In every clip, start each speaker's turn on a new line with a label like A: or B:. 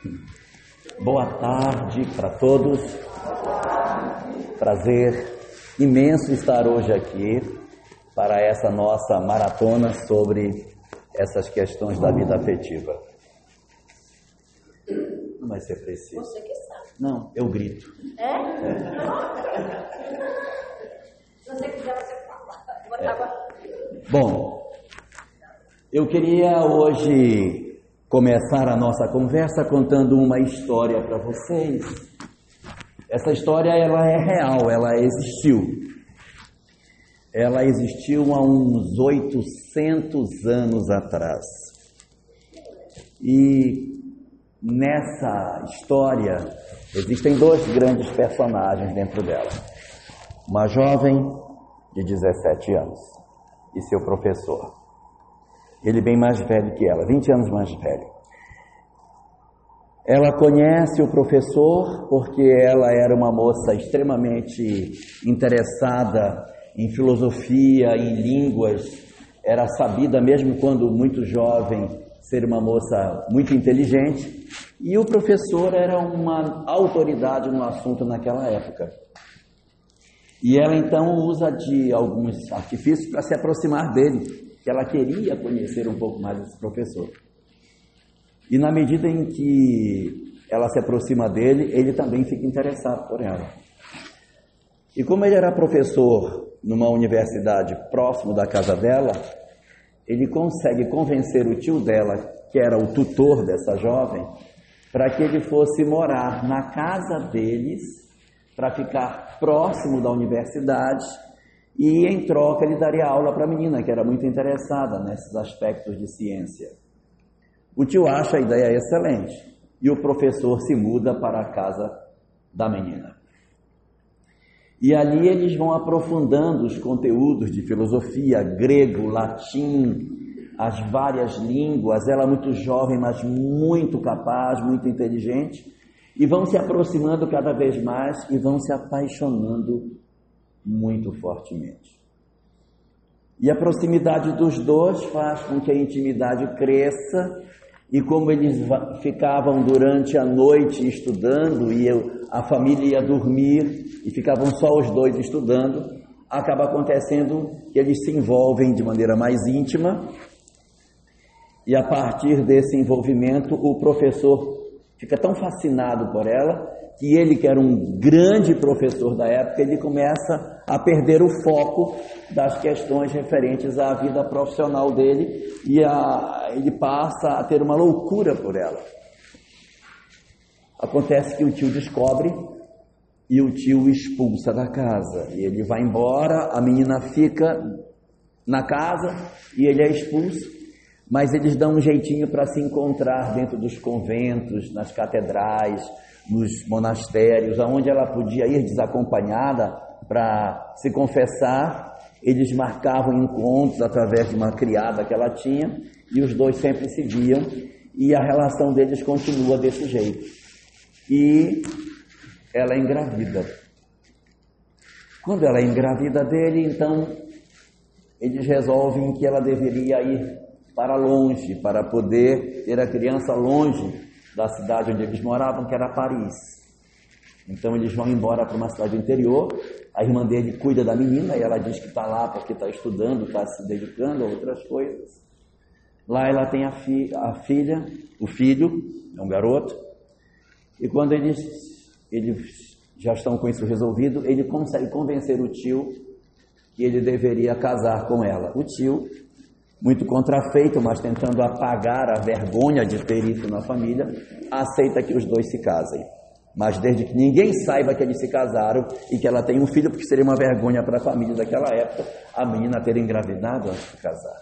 A: Boa tarde para todos. Prazer imenso estar hoje aqui para essa nossa maratona sobre essas questões da vida afetiva. Não vai ser preciso.
B: Você que sabe.
A: Não, eu grito.
B: Se você quiser, você fala.
A: Bom, eu queria hoje começar a nossa conversa contando uma história para vocês. Essa história ela é real, ela existiu. Ela existiu há uns 800 anos atrás. E nessa história existem dois grandes personagens dentro dela. Uma jovem de 17 anos e seu professor. Ele bem mais velho que ela, 20 anos mais velho. Ela conhece o professor porque ela era uma moça extremamente interessada em filosofia, em línguas. Era sabida, mesmo quando muito jovem, ser uma moça muito inteligente. E o professor era uma autoridade no assunto naquela época. E ela então usa de alguns artifícios para se aproximar dele, que ela queria conhecer um pouco mais desse professor. E na medida em que ela se aproxima dele, ele também fica interessado por ela. E como ele era professor numa universidade próximo da casa dela, ele consegue convencer o tio dela, que era o tutor dessa jovem, para que ele fosse morar na casa deles, para ficar próximo da universidade, e em troca ele daria aula para a menina, que era muito interessada nesses aspectos de ciência. O tio acha a ideia excelente e o professor se muda para a casa da menina. E ali eles vão aprofundando os conteúdos de filosofia, grego, latim, as várias línguas. Ela muito jovem, mas muito capaz, muito inteligente, e vão se aproximando cada vez mais e vão se apaixonando muito fortemente. E a proximidade dos dois faz com que a intimidade cresça. E como eles ficavam durante a noite estudando e a família ia dormir e ficavam só os dois estudando, acaba acontecendo que eles se envolvem de maneira mais íntima e a partir desse envolvimento o professor fica tão fascinado por ela que ele, que era um grande professor da época, ele começa a perder o foco das questões referentes à vida profissional dele e ele passa a ter uma loucura por ela. Acontece que o tio descobre e o tio o expulsa da casa. E ele vai embora, a menina fica na casa e ele é expulso, mas eles dão um jeitinho para se encontrar dentro dos conventos, nas catedrais, nos monastérios, aonde ela podia ir desacompanhada para se confessar. Eles marcavam encontros através de uma criada que ela tinha e os dois sempre se viam e a relação deles continua desse jeito. E ela é engravida. Quando ela é engravida dele, então eles resolvem que ela deveria ir para longe, para poder ter a criança longe da cidade onde eles moravam, que era Paris. Então eles vão embora para uma cidade interior, a irmã dele cuida da menina, e ela diz que está lá porque está estudando, está se dedicando a outras coisas. Lá ela tem a filha, o filho, é um garoto, e quando eles já estão com isso resolvido, ele consegue convencer o tio que ele deveria casar com ela. O tio, muito contrafeito, mas tentando apagar a vergonha de ter isso na família, aceita que os dois se casem. Mas desde que ninguém saiba que eles se casaram e que ela tem um filho, porque seria uma vergonha para a família daquela época, a menina ter engravidado antes de casar.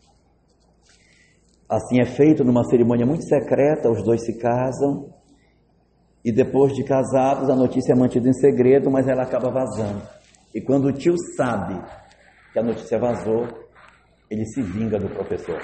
A: Assim é feito numa cerimônia muito secreta, os dois se casam, e depois de casados, a notícia é mantida em segredo, mas ela acaba vazando. E quando o tio sabe que a notícia vazou, ele se vinga do professor.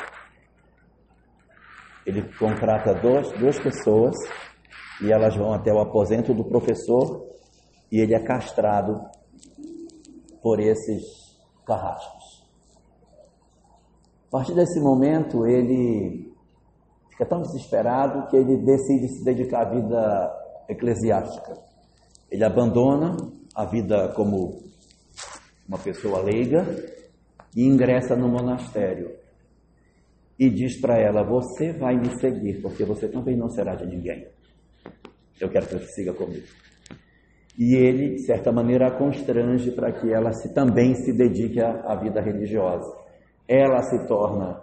A: Ele contrata duas pessoas e elas vão até o aposento do professor e ele é castrado por esses carrascos. A partir desse momento, ele Fica tão desesperado que ele decide se dedicar à vida eclesiástica. Ele abandona a vida como uma pessoa leiga e ingressa no monastério. E diz para ela: você vai me seguir, porque você também não será de ninguém. Eu quero que você siga comigo. E ele, de certa maneira, a constrange para que ela também se dedique à vida religiosa. Ela se torna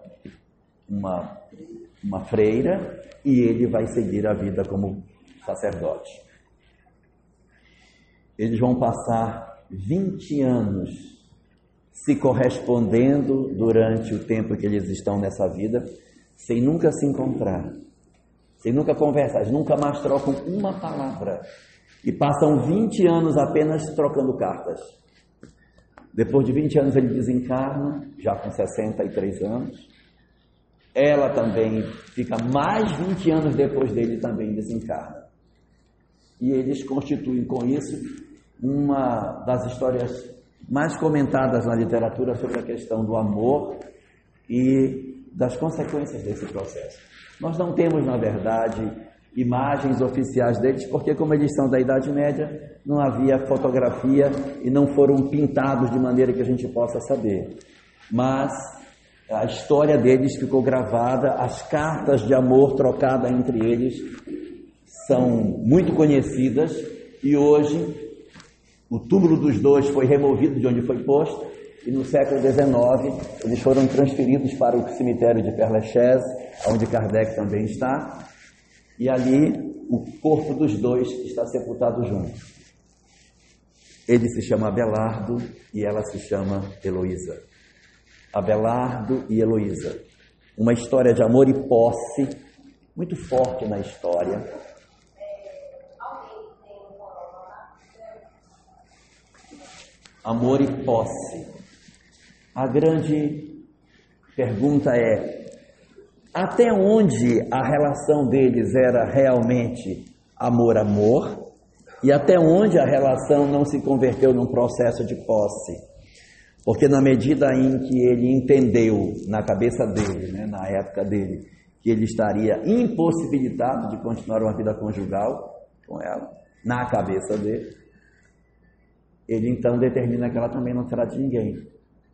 A: uma freira e ele vai seguir a vida como sacerdote. Eles vão passar 20 anos se correspondendo durante o tempo que eles estão nessa vida, sem nunca se encontrar, sem nunca conversar, eles nunca mais trocam uma palavra. E passam 20 anos apenas trocando cartas. Depois de 20 anos ele desencarna, já com 63 anos. Ela também fica mais 20 anos depois dele, também desencarna. E eles constituem com isso uma das histórias mais comentadas na literatura sobre a questão do amor e das consequências desse processo. Nós não temos, na verdade, imagens oficiais deles, porque como eles são da Idade Média, não havia fotografia e não foram pintados de maneira que a gente possa saber. Mas a história deles ficou gravada, as cartas de amor trocadas entre eles são muito conhecidas e hoje o túmulo dos dois foi removido de onde foi posto e no século XIX eles foram transferidos para o cemitério de Père Lachaise, onde Kardec também está, e ali o corpo dos dois está sepultado junto. Ele se chama Abelardo e ela se chama Heloísa. Abelardo e Heloísa. Uma história de amor e posse muito forte na história. Amor e posse. A grande pergunta é: até onde a relação deles era realmente amor-amor e até onde a relação não se converteu num processo de posse? Porque na medida em que ele entendeu na cabeça dele, na época dele, que ele estaria impossibilitado de continuar uma vida conjugal com ela, na cabeça dele, ele então determina que ela também não será de ninguém.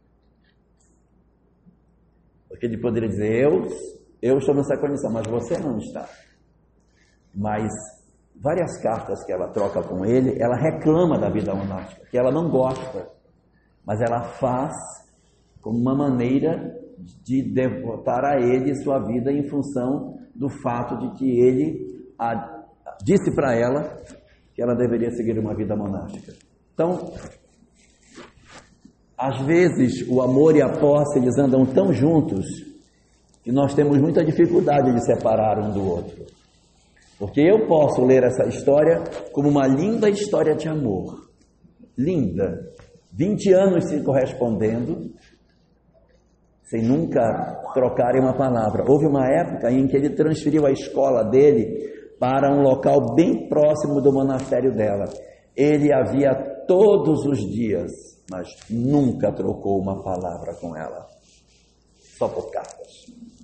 A: Porque ele poderia dizer: eu estou nessa condição, mas você não está. Mas várias cartas que ela troca com ele, ela reclama da vida monástica, que ela não gosta, mas ela faz como uma maneira de devotar a ele sua vida em função do fato de que ele disse para ela que ela deveria seguir uma vida monástica. Então, às vezes, o amor e a posse, eles andam tão juntos que nós temos muita dificuldade de separar um do outro. Porque eu posso ler essa história como uma linda história de amor. Linda. 20 anos se correspondendo, sem nunca trocarem uma palavra. Houve uma época em que ele transferiu a escola dele para um local bem próximo do monastério dela. Ele havia todos os dias, mas nunca trocou uma palavra com ela, só por cartas.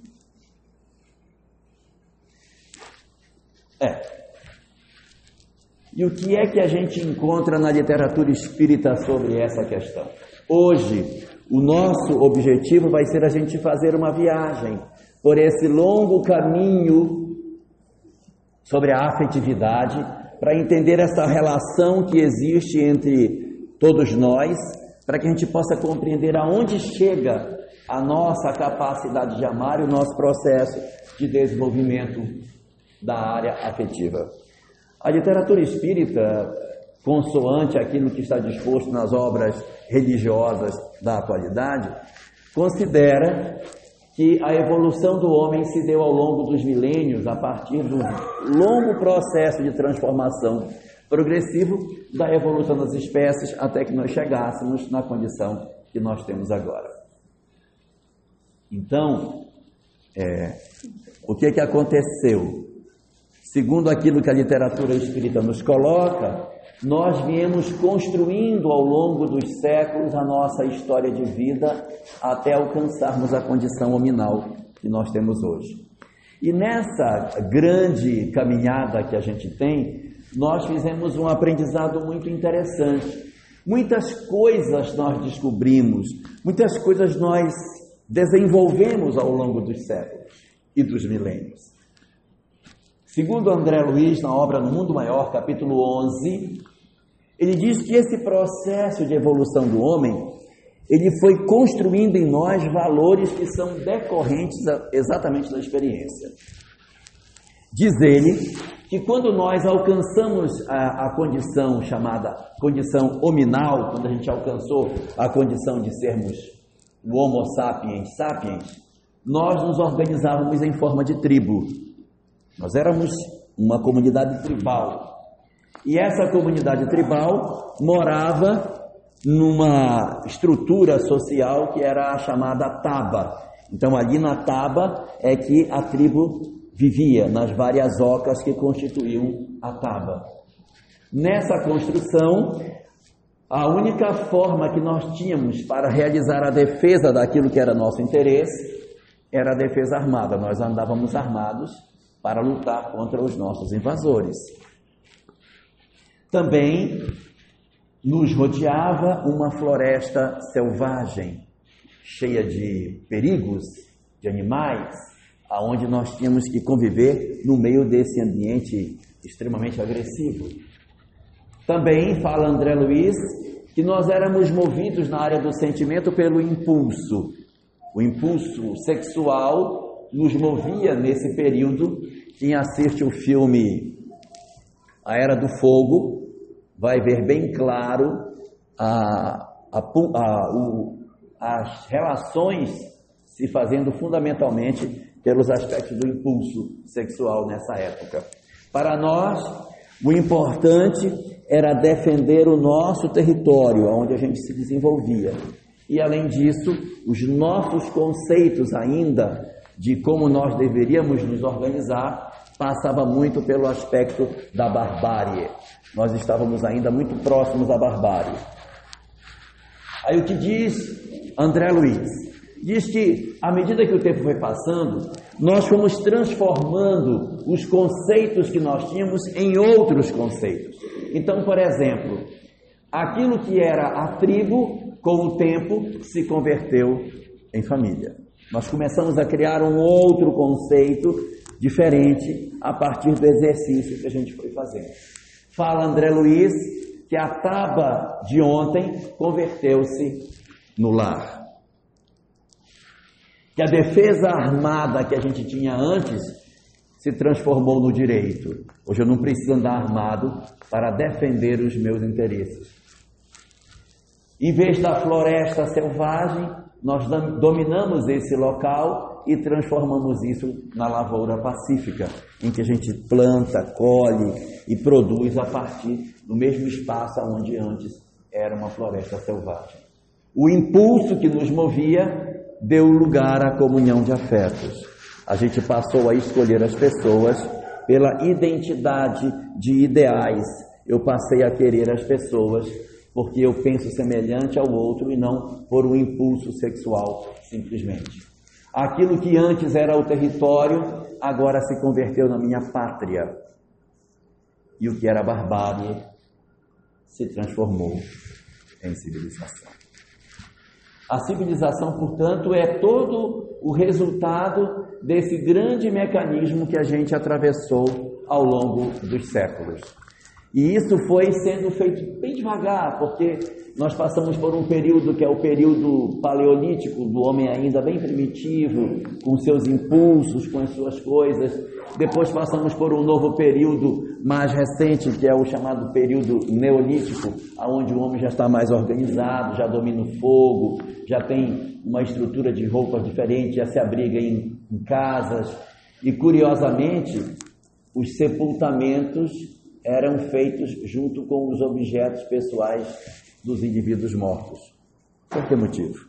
A: E o que é que a gente encontra na literatura espírita sobre essa questão? Hoje, o nosso objetivo vai ser a gente fazer uma viagem por esse longo caminho sobre a afetividade, para entender essa relação que existe entre todos nós, para que a gente possa compreender aonde chega a nossa capacidade de amar e o nosso processo de desenvolvimento da área afetiva. A literatura espírita, consoante aquilo que está disposto nas obras religiosas da atualidade, considera que a evolução do homem se deu ao longo dos milênios a partir de um longo processo de transformação progressivo da evolução das espécies até que nós chegássemos na condição que nós temos agora. Então, o que aconteceu? Segundo aquilo que a literatura espírita nos coloca, nós viemos construindo ao longo dos séculos a nossa história de vida até alcançarmos a condição hominal que nós temos hoje. E nessa grande caminhada que a gente tem, nós fizemos um aprendizado muito interessante. Muitas coisas nós descobrimos, muitas coisas nós desenvolvemos ao longo dos séculos e dos milênios. Segundo André Luiz, na obra No Mundo Maior, capítulo 11, ele diz que esse processo de evolução do homem, ele foi construindo em nós valores que são decorrentes exatamente da experiência. Diz ele que quando nós alcançamos a condição chamada condição hominal, quando a gente alcançou a condição de sermos o Homo sapiens sapiens, nós nos organizávamos em forma de tribo. Nós éramos uma comunidade tribal. E essa comunidade tribal morava numa estrutura social que era a chamada taba. Então ali na taba é que a tribo vivia, nas várias ocas que constituíam a taba. Nessa construção, a única forma que nós tínhamos para realizar a defesa daquilo que era nosso interesse era a defesa armada. Nós andávamos armados para lutar contra os nossos invasores. Também nos rodeava uma floresta selvagem, cheia de perigos, de animais, aonde nós tínhamos que conviver no meio desse ambiente extremamente agressivo. Também fala André Luiz que nós éramos movidos na área do sentimento pelo impulso. O impulso sexual nos movia nesse período. Quem assiste o filme A Era do Fogo vai ver bem claro as relações se fazendo fundamentalmente pelos aspectos do impulso sexual nessa época. Para nós, o importante era defender o nosso território, onde a gente se desenvolvia. E, além disso, os nossos conceitos ainda de como nós deveríamos nos organizar passava muito pelo aspecto da barbárie. Nós estávamos ainda muito próximos da barbárie. Aí o que diz André Luiz? Diz que, à medida que o tempo foi passando, nós fomos transformando os conceitos que nós tínhamos em outros conceitos. Então, por exemplo, aquilo que era a tribo, com o tempo, se converteu em família. Nós começamos a criar um outro conceito diferente a partir do exercício que a gente foi fazendo. Fala André Luiz que a taba de ontem converteu-se no lar. Que a defesa armada que a gente tinha antes se transformou no direito. Hoje eu não preciso andar armado para defender os meus interesses. Em vez da floresta selvagem, nós dominamos esse local e transformamos isso na lavoura pacífica, em que a gente planta, colhe e produz a partir do mesmo espaço onde antes era uma floresta selvagem. O impulso que nos movia deu lugar à comunhão de afetos. A gente passou a escolher as pessoas pela identidade de ideais. Eu passei a querer as pessoas porque eu penso semelhante ao outro e não por um impulso sexual, simplesmente. Aquilo que antes era o território, agora se converteu na minha pátria. E o que era barbárie se transformou em civilização. A civilização, portanto, é todo o resultado desse grande mecanismo que a gente atravessou ao longo dos séculos. E isso foi sendo feito bem devagar, porque nós passamos por um período que é o período paleolítico, do homem ainda bem primitivo, com seus impulsos, com as suas coisas. Depois passamos por um novo período mais recente, que é o chamado período neolítico, onde o homem já está mais organizado, já domina o fogo, já tem uma estrutura de roupas diferente, já se abriga em casas. E, curiosamente, os sepultamentos eram feitos junto com os objetos pessoais dos indivíduos mortos. Por que motivo?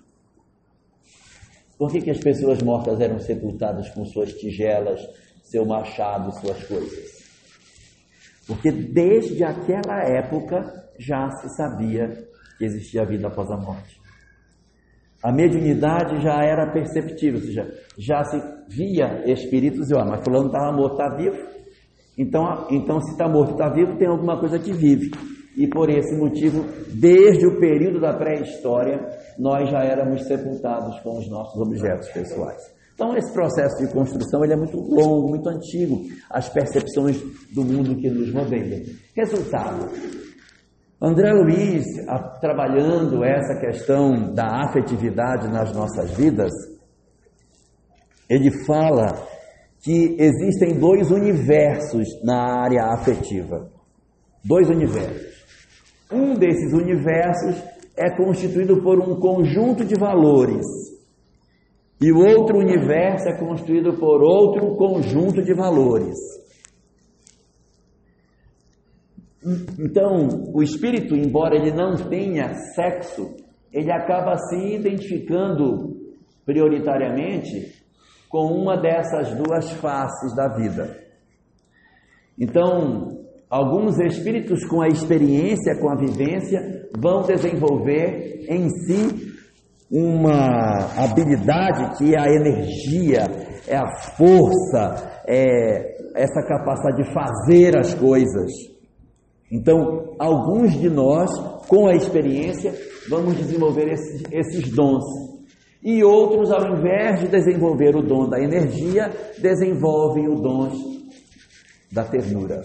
A: Por que as pessoas mortas eram sepultadas com suas tigelas, seu machado, suas coisas? Porque desde aquela época já se sabia que existia vida após a morte. A mediunidade já era perceptível, ou seja, já se via espíritos e mas fulano estava morto, está vivo. Então se está morto e está vivo, tem alguma coisa que vive. E por esse motivo, desde o período da pré-história, nós já éramos sepultados com os nossos objetos pessoais. Então esse processo de construção ele é muito longo, muito antigo, as percepções do mundo que nos rodeia. Resultado: André Luiz, trabalhando essa questão da afetividade nas nossas vidas, ele fala que existem 2 universos na área afetiva. 2 universos. Um desses universos é constituído por um conjunto de valores. E o outro universo é constituído por outro conjunto de valores. Então, o espírito, embora ele não tenha sexo, ele acaba se identificando prioritariamente com uma dessas 2 faces da vida. Então, alguns espíritos com a experiência, com a vivência, vão desenvolver em si uma habilidade que é a energia, é a força, é essa capacidade de fazer as coisas. Então, alguns de nós, com a experiência, vamos desenvolver esses dons. E outros, ao invés de desenvolver o dom da energia, desenvolvem o dom da ternura.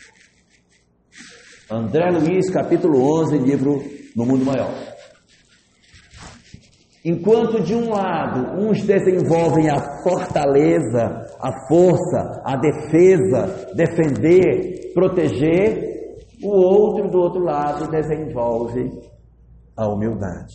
A: André Luiz, capítulo 11, livro No Mundo Maior. Enquanto de um lado, uns desenvolvem a fortaleza, a força, a defesa, defender, proteger, o outro, do outro lado, desenvolve a humildade.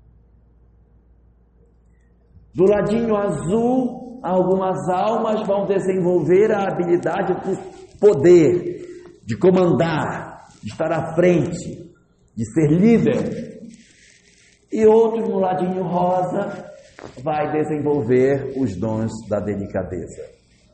A: Do ladinho azul, algumas almas vão desenvolver a habilidade do poder, de comandar, de estar à frente, de ser líder. E outro, no ladinho rosa, vai desenvolver os dons da delicadeza.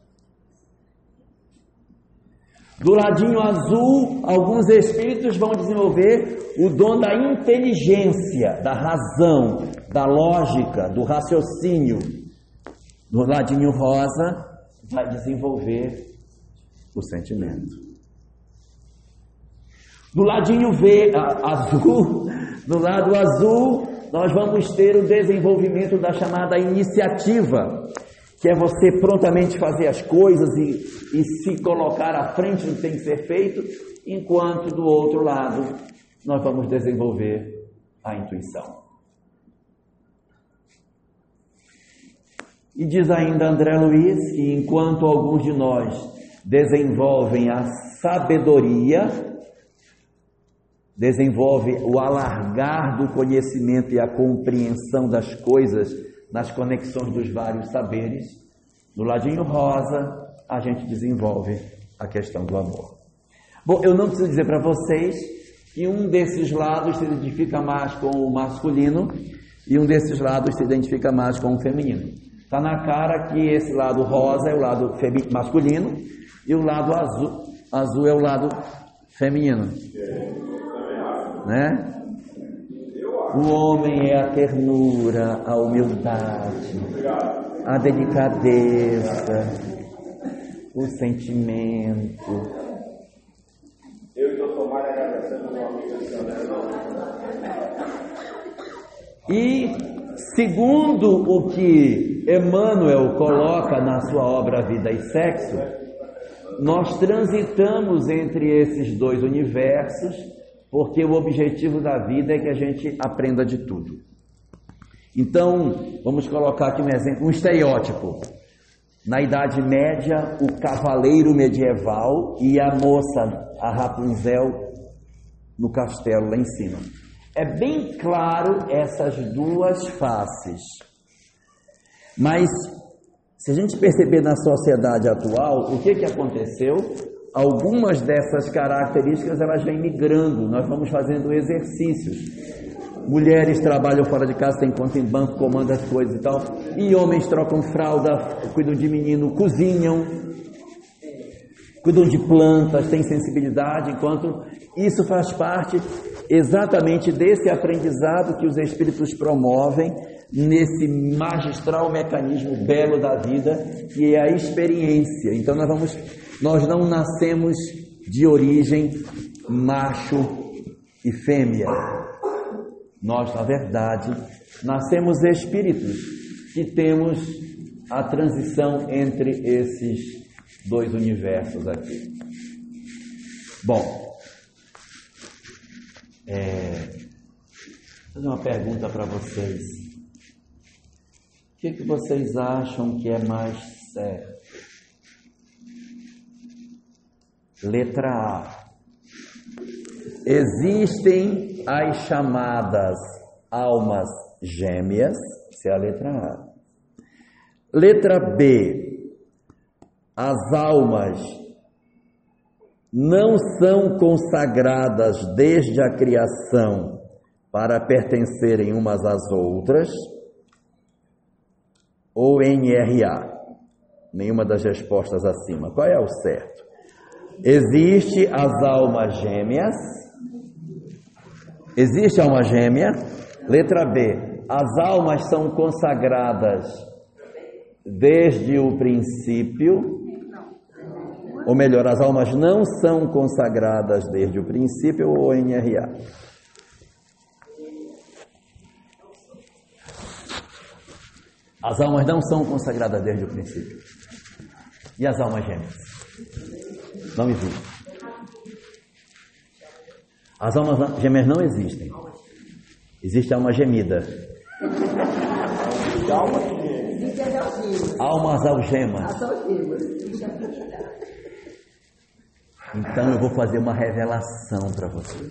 A: Do ladinho azul, alguns espíritos vão desenvolver o dom da inteligência, da razão, da lógica, do raciocínio. Do ladinho rosa, vai desenvolver o sentimento. Do ladinho azul, no lado azul, nós vamos ter o desenvolvimento da chamada iniciativa, que é você prontamente fazer as coisas e se colocar à frente do que tem que ser feito, enquanto do outro lado nós vamos desenvolver a intuição. E diz ainda André Luiz que enquanto alguns de nós desenvolvem a sabedoria, desenvolve o alargar do conhecimento e a compreensão das coisas nas conexões dos vários saberes, no ladinho rosa a gente desenvolve a questão do amor. Bom, eu não preciso dizer para vocês que um desses lados se identifica mais com o masculino e um desses lados se identifica mais com o feminino. Está na cara que esse lado rosa é o lado masculino e o lado azul é o lado feminino, né? O homem é a ternura, a humildade, a delicadeza, o sentimento.
C: Eu estou tomando agradecendo o amigo do
A: E, segundo o que Emmanuel coloca na sua obra Vida e Sexo, nós transitamos entre esses 2 universos, porque o objetivo da vida é que a gente aprenda de tudo. Então, vamos colocar aqui um exemplo, um estereótipo. Na Idade Média, o cavaleiro medieval e a moça, a Rapunzel, no castelo lá em cima. É bem claro essas 2 faces. Mas, se a gente perceber na sociedade atual, o que aconteceu? Algumas dessas características elas vêm migrando, nós vamos fazendo exercícios. Mulheres trabalham fora de casa, têm conta em banco, comandam as coisas e tal. E homens trocam fralda, cuidam de menino, cozinham, cuidam de plantas, têm sensibilidade, enquanto isso faz parte exatamente desse aprendizado que os espíritos promovem nesse magistral mecanismo belo da vida, que é a experiência. Então nós não nascemos de origem macho e fêmea. Nós, na verdade, nascemos espíritos que temos a transição entre esses dois universos aqui. Bom, vou fazer uma pergunta para vocês. O que vocês acham que é mais certo? Letra A. Existem as chamadas almas gêmeas, essa é a letra A. Letra B. As almas não são consagradas desde a criação para pertencerem umas às outras, ou NRA? Nenhuma das respostas acima. Qual é o certo? Existe as almas gêmeas. Existe alma gêmea. Letra B. As almas são consagradas desde o princípio. Ou melhor, as almas não são consagradas desde o princípio, ou NRA? As almas não são consagradas desde o princípio. E as almas gêmeas? Não existem. As almas gêmeas não existem. Existe alma gemida. Almas algemas. Então eu vou fazer uma revelação para vocês.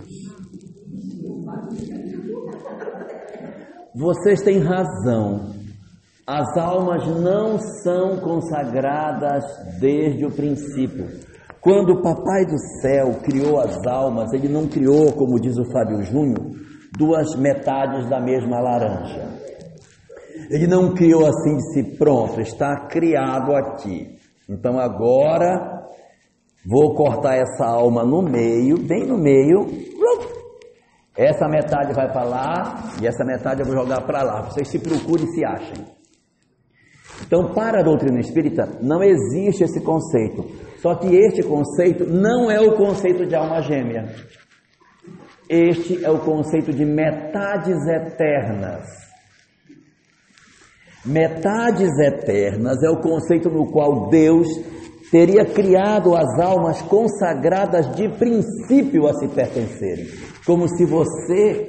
A: Vocês têm razão. As almas não são consagradas desde o princípio. Quando o Papai do Céu criou as almas, ele não criou, como diz o Fábio Júnior, duas metades da mesma laranja. Ele não criou assim de si, pronto, está criado aqui. Então agora vou cortar essa alma no meio, bem no meio. Essa metade vai para lá e essa metade eu vou jogar para lá. Vocês se procurem e se achem. Então, para a doutrina espírita, não existe esse conceito. Só que este conceito não é o conceito de alma gêmea. Este é o conceito de metades eternas. Metades eternas é o conceito no qual Deus teria criado as almas consagradas de princípio a se pertencerem. Como se você...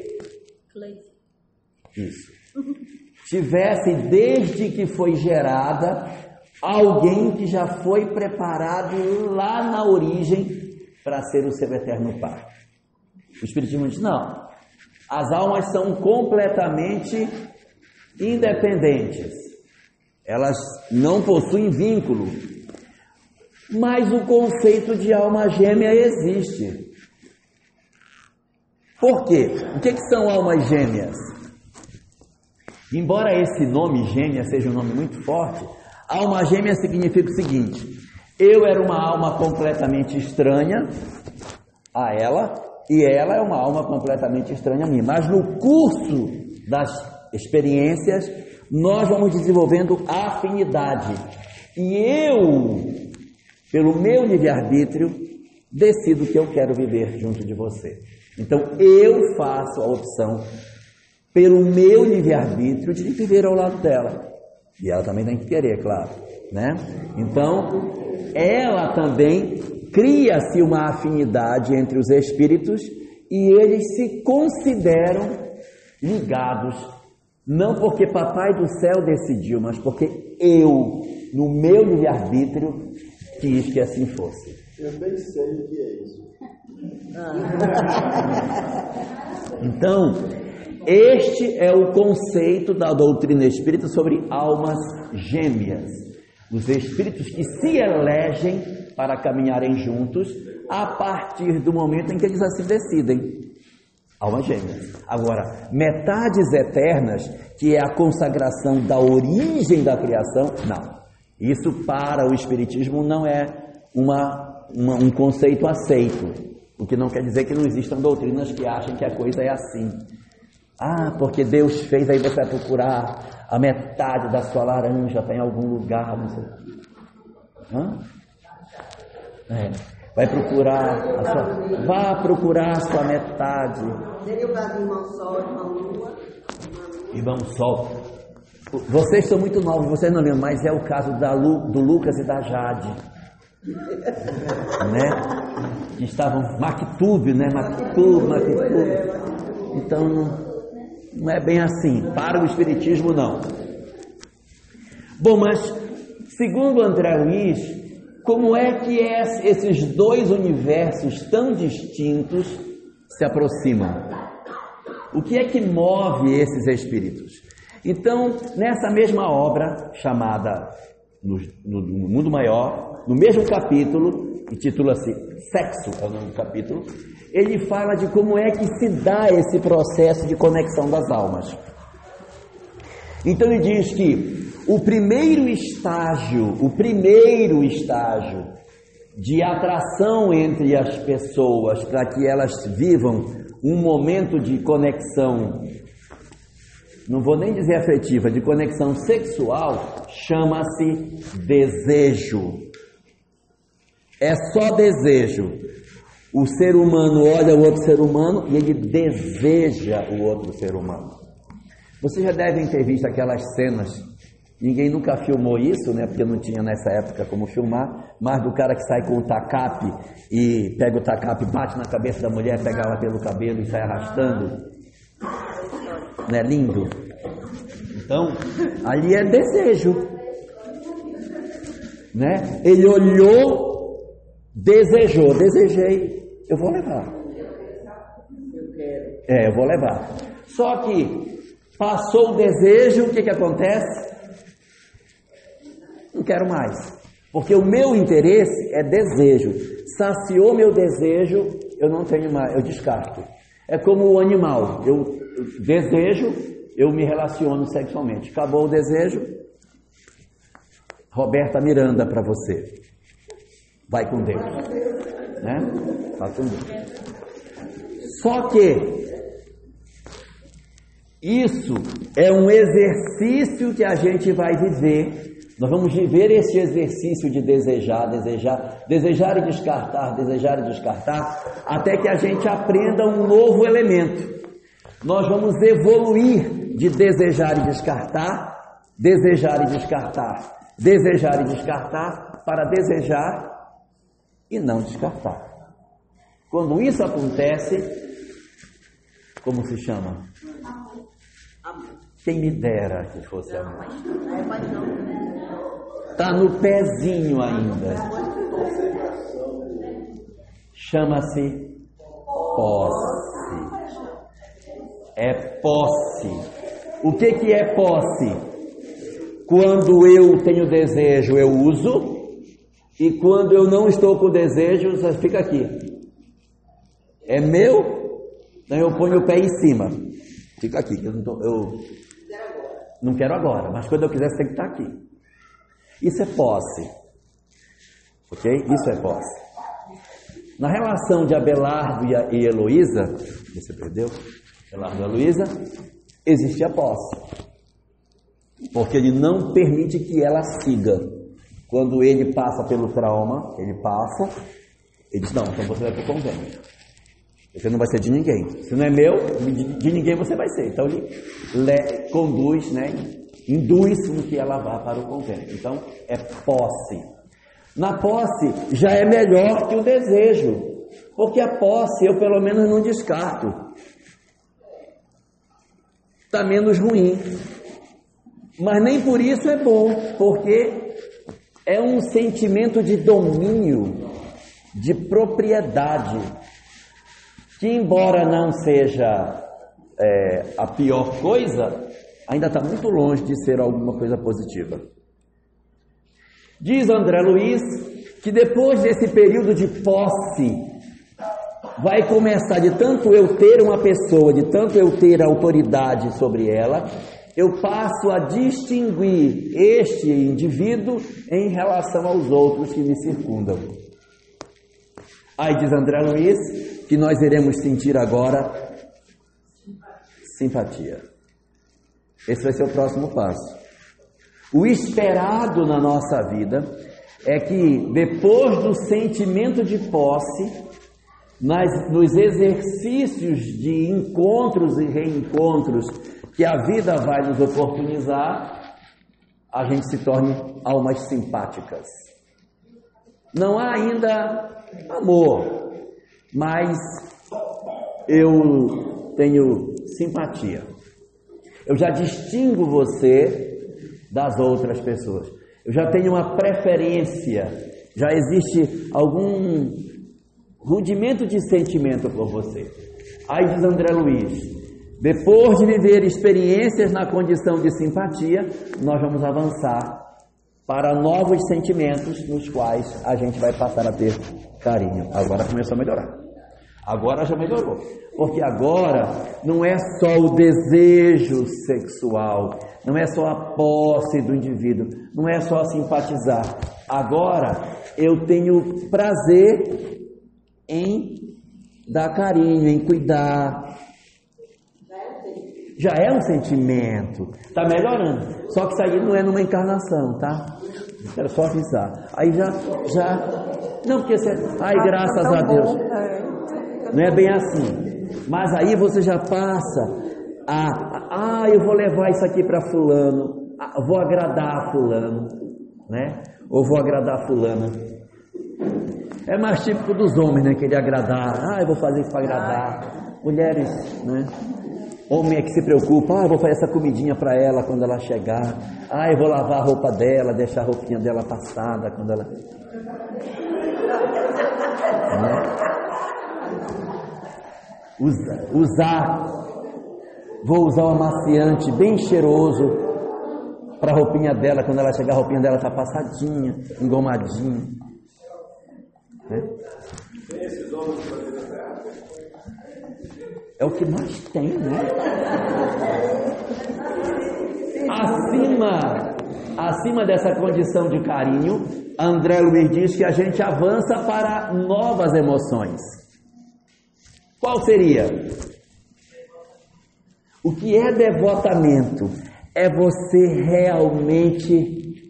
A: Isso. Tivesse, desde que foi gerada, alguém que já foi preparado lá na origem para ser o seu eterno Pai. O Espiritismo diz, não, as almas são completamente independentes, elas não possuem vínculo, mas o conceito de alma gêmea existe. Por quê? O que são almas gêmeas? Embora esse nome gêmea seja um nome muito forte, alma gêmea significa o seguinte: eu era uma alma completamente estranha a ela, e ela é uma alma completamente estranha a mim. Mas no curso das experiências, nós vamos desenvolvendo afinidade. E eu, pelo meu livre-arbítrio, decido que eu quero viver junto de você. Então, eu faço a opção, pelo meu livre-arbítrio, de viver ao lado dela. E ela também tem que querer, claro, né? Então, ela também cria-se uma afinidade entre os espíritos e eles se consideram ligados, não porque Papai do Céu decidiu, mas porque eu, no meu livre-arbítrio, quis que assim fosse.
C: Eu bem sei o que é isso.
A: Então, este é o conceito da doutrina espírita sobre almas gêmeas. Os espíritos que se elegem para caminharem juntos a partir do momento em que eles assim decidem. Almas gêmeas. Agora, metades eternas, que é a consagração da origem da criação, não. Isso para o espiritismo não é um conceito aceito. O que não quer dizer que não existam doutrinas que achem que a coisa é assim. Ah, porque Deus fez, aí você vai procurar a metade da sua laranja, está em algum lugar, não sei. Hã? Vai procurar, vá procurar a sua metade.
D: Seria o caso do irmão Sol, irmão Lua.
A: Irmão Sol. Vocês são muito novos, vocês não lembram, mas é o caso do Lucas e da Jade. Né? Que estavam Mactube, né? Mactube. Então não é bem assim. Para o Espiritismo não. Bom, mas segundo André Luiz, como é que esses dois universos tão distintos se aproximam? O que é que move esses espíritos? Então, nessa mesma obra chamada no Mundo Maior, no mesmo capítulo, intitula-se Sexo, é o nome do capítulo, ele fala de como é que se dá esse processo de conexão das almas. Então ele diz que o primeiro estágio de atração entre as pessoas para que elas vivam um momento de conexão, não vou nem dizer afetiva, de conexão sexual, chama-se desejo. É só desejo. O ser humano olha o outro ser humano e ele deseja o outro ser humano. Vocês já devem ter visto aquelas cenas, ninguém nunca filmou isso, né? Porque não tinha nessa época como filmar, mas do cara que sai com o tacape e pega o tacape, bate na cabeça da mulher, pega ela pelo cabelo e sai arrastando. Não é lindo? Então, ali é desejo, né? Ele olhou, desejei, eu vou levar. Eu vou levar. Só que passou o desejo, o que acontece? Não quero mais, porque o meu interesse é desejo. Saciou meu desejo, eu não tenho mais, eu descarto. É como o animal, eu desejo, eu me relaciono sexualmente. Acabou o desejo, Roberta Miranda para você. Vai com Deus, né? Vai com Deus. Só que isso é um exercício que a gente vai viver. Nós vamos viver esse exercício de desejar e descartar, até que a gente aprenda um novo elemento. Nós vamos evoluir de desejar e descartar, para desejar e não descartar. Quando isso acontece, como se chama? Quem me dera que fosse amor. Está no pezinho ainda. Chama-se posse. É posse. O que é posse? Quando eu tenho desejo, eu uso. E quando eu não estou com desejo, você fica aqui. É meu? Então eu ponho o pé em cima. Fica aqui. Eu não quero agora, mas quando eu quiser, você tem que estar aqui. Isso é posse. Ok? Isso é posse. Na relação de Abelardo e Heloísa, você perdeu? Abelardo e Heloísa, existe a posse. Porque ele não permite que ela siga. Quando ele passa pelo trauma, ele diz, não, então você vai para o convento. Você não vai ser de ninguém. Se não é meu, de ninguém você vai ser. Então ele conduz, né? Induz com que ela vá para o convento. Então é posse. Na posse já é melhor que o desejo, porque a posse eu pelo menos não descarto. Está menos ruim. Mas nem por isso é bom, porque é um sentimento de domínio, de propriedade, que embora não seja a pior coisa, ainda está muito longe de ser alguma coisa positiva. Diz André Luiz que depois desse período de posse, vai começar, de tanto eu ter uma pessoa, de tanto eu ter autoridade sobre ela, eu passo a distinguir este indivíduo em relação aos outros que me circundam. Aí diz André Luiz que nós iremos sentir agora simpatia. Esse vai ser o próximo passo. O esperado na nossa vida é que depois do sentimento de posse, nos exercícios de encontros e reencontros que a vida vai nos oportunizar, a gente se torne almas simpáticas. Não há ainda amor, mas eu tenho simpatia. Eu já distingo você das outras pessoas. Eu já tenho uma preferência, já existe algum rudimento de sentimento por você. Aí diz André Luiz, depois de viver experiências na condição de simpatia, nós vamos avançar para novos sentimentos nos quais a gente vai passar a ter carinho. Agora começou a melhorar. Agora já melhorou. Porque agora não é só o desejo sexual, não é só a posse do indivíduo, não é só simpatizar. Agora eu tenho prazer em dar carinho, em cuidar. Já é um sentimento. Está melhorando. Só que isso aí não é numa encarnação, tá? Quero só avisar. Aí já... Não, porque você... Ai, graças a Deus. Não é bem assim. Mas aí você já passa eu vou levar isso aqui para fulano, vou agradar fulano, né? Ou vou agradar fulana. É mais típico dos homens, né? Querer agradar. Eu vou fazer isso para agradar. Mulheres, né? Homem é que se preocupa. Eu vou fazer essa comidinha para ela quando ela chegar. Eu vou lavar a roupa dela, deixar a roupinha dela passada quando ela... Né? Vou usar um amaciante bem cheiroso para a roupinha dela, quando ela chegar a roupinha dela está passadinha, engomadinha, né? É o que mais tem, né? Acima dessa condição de carinho, André Luiz diz que a gente avança para novas emoções. Qual seria? O que é devotamento? É você realmente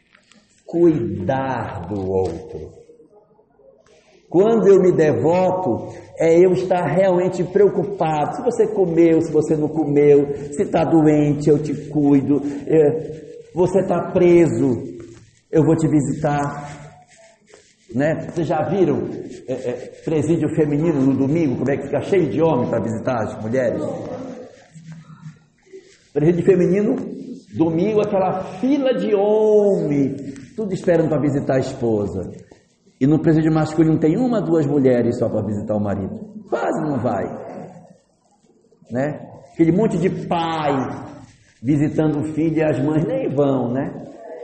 A: cuidar do outro. Quando eu me devoto, é eu estar realmente preocupado. Se você comeu, se você não comeu, se está doente, eu te cuido. Você está preso, eu vou te visitar. Né? Vocês já viram presídio feminino no domingo, como é que fica cheio de homem para visitar as mulheres? Presídio feminino, domingo, aquela fila de homem, tudo esperando para visitar a esposa. E no presídio masculino tem 1, 2 mulheres só para visitar o marido. Quase não vai. Né? Aquele monte de pai visitando o filho e as mães nem vão, né?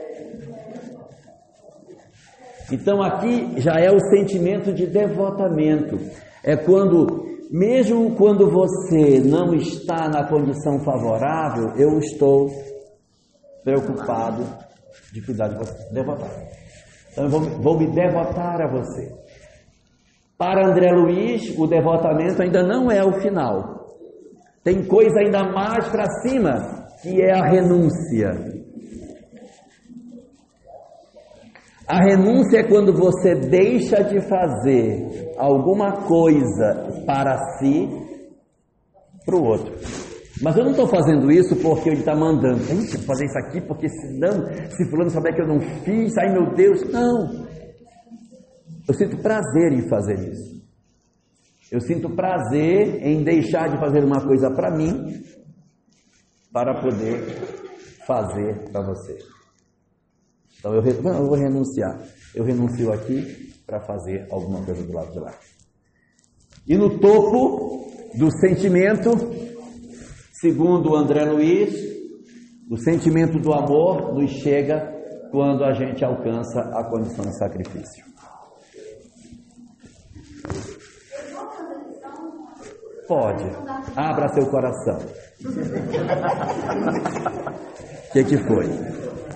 A: Então aqui já é o sentimento de devotamento. É quando, mesmo quando você não está na condição favorável, eu estou preocupado de cuidar de você. Devotar. Então eu vou me devotar a você. Para André Luiz, o devotamento ainda não é o final. Tem coisa ainda mais para cima, que é a renúncia. A renúncia é quando você deixa de fazer alguma coisa para si, para o outro. Mas eu não estou fazendo isso porque ele está mandando. Vou fazer isso aqui porque senão, se fulano souber que eu não fiz, ai meu Deus. Não. Eu sinto prazer em fazer isso. Eu sinto prazer em deixar de fazer uma coisa para mim, para poder fazer para você. Então eu vou renunciar. Eu renuncio aqui para fazer alguma coisa do lado de lá. E no topo do sentimento, segundo o André Luiz, o sentimento do amor nos chega quando a gente alcança a condição de sacrifício. Pode. Abra seu coração. O que foi?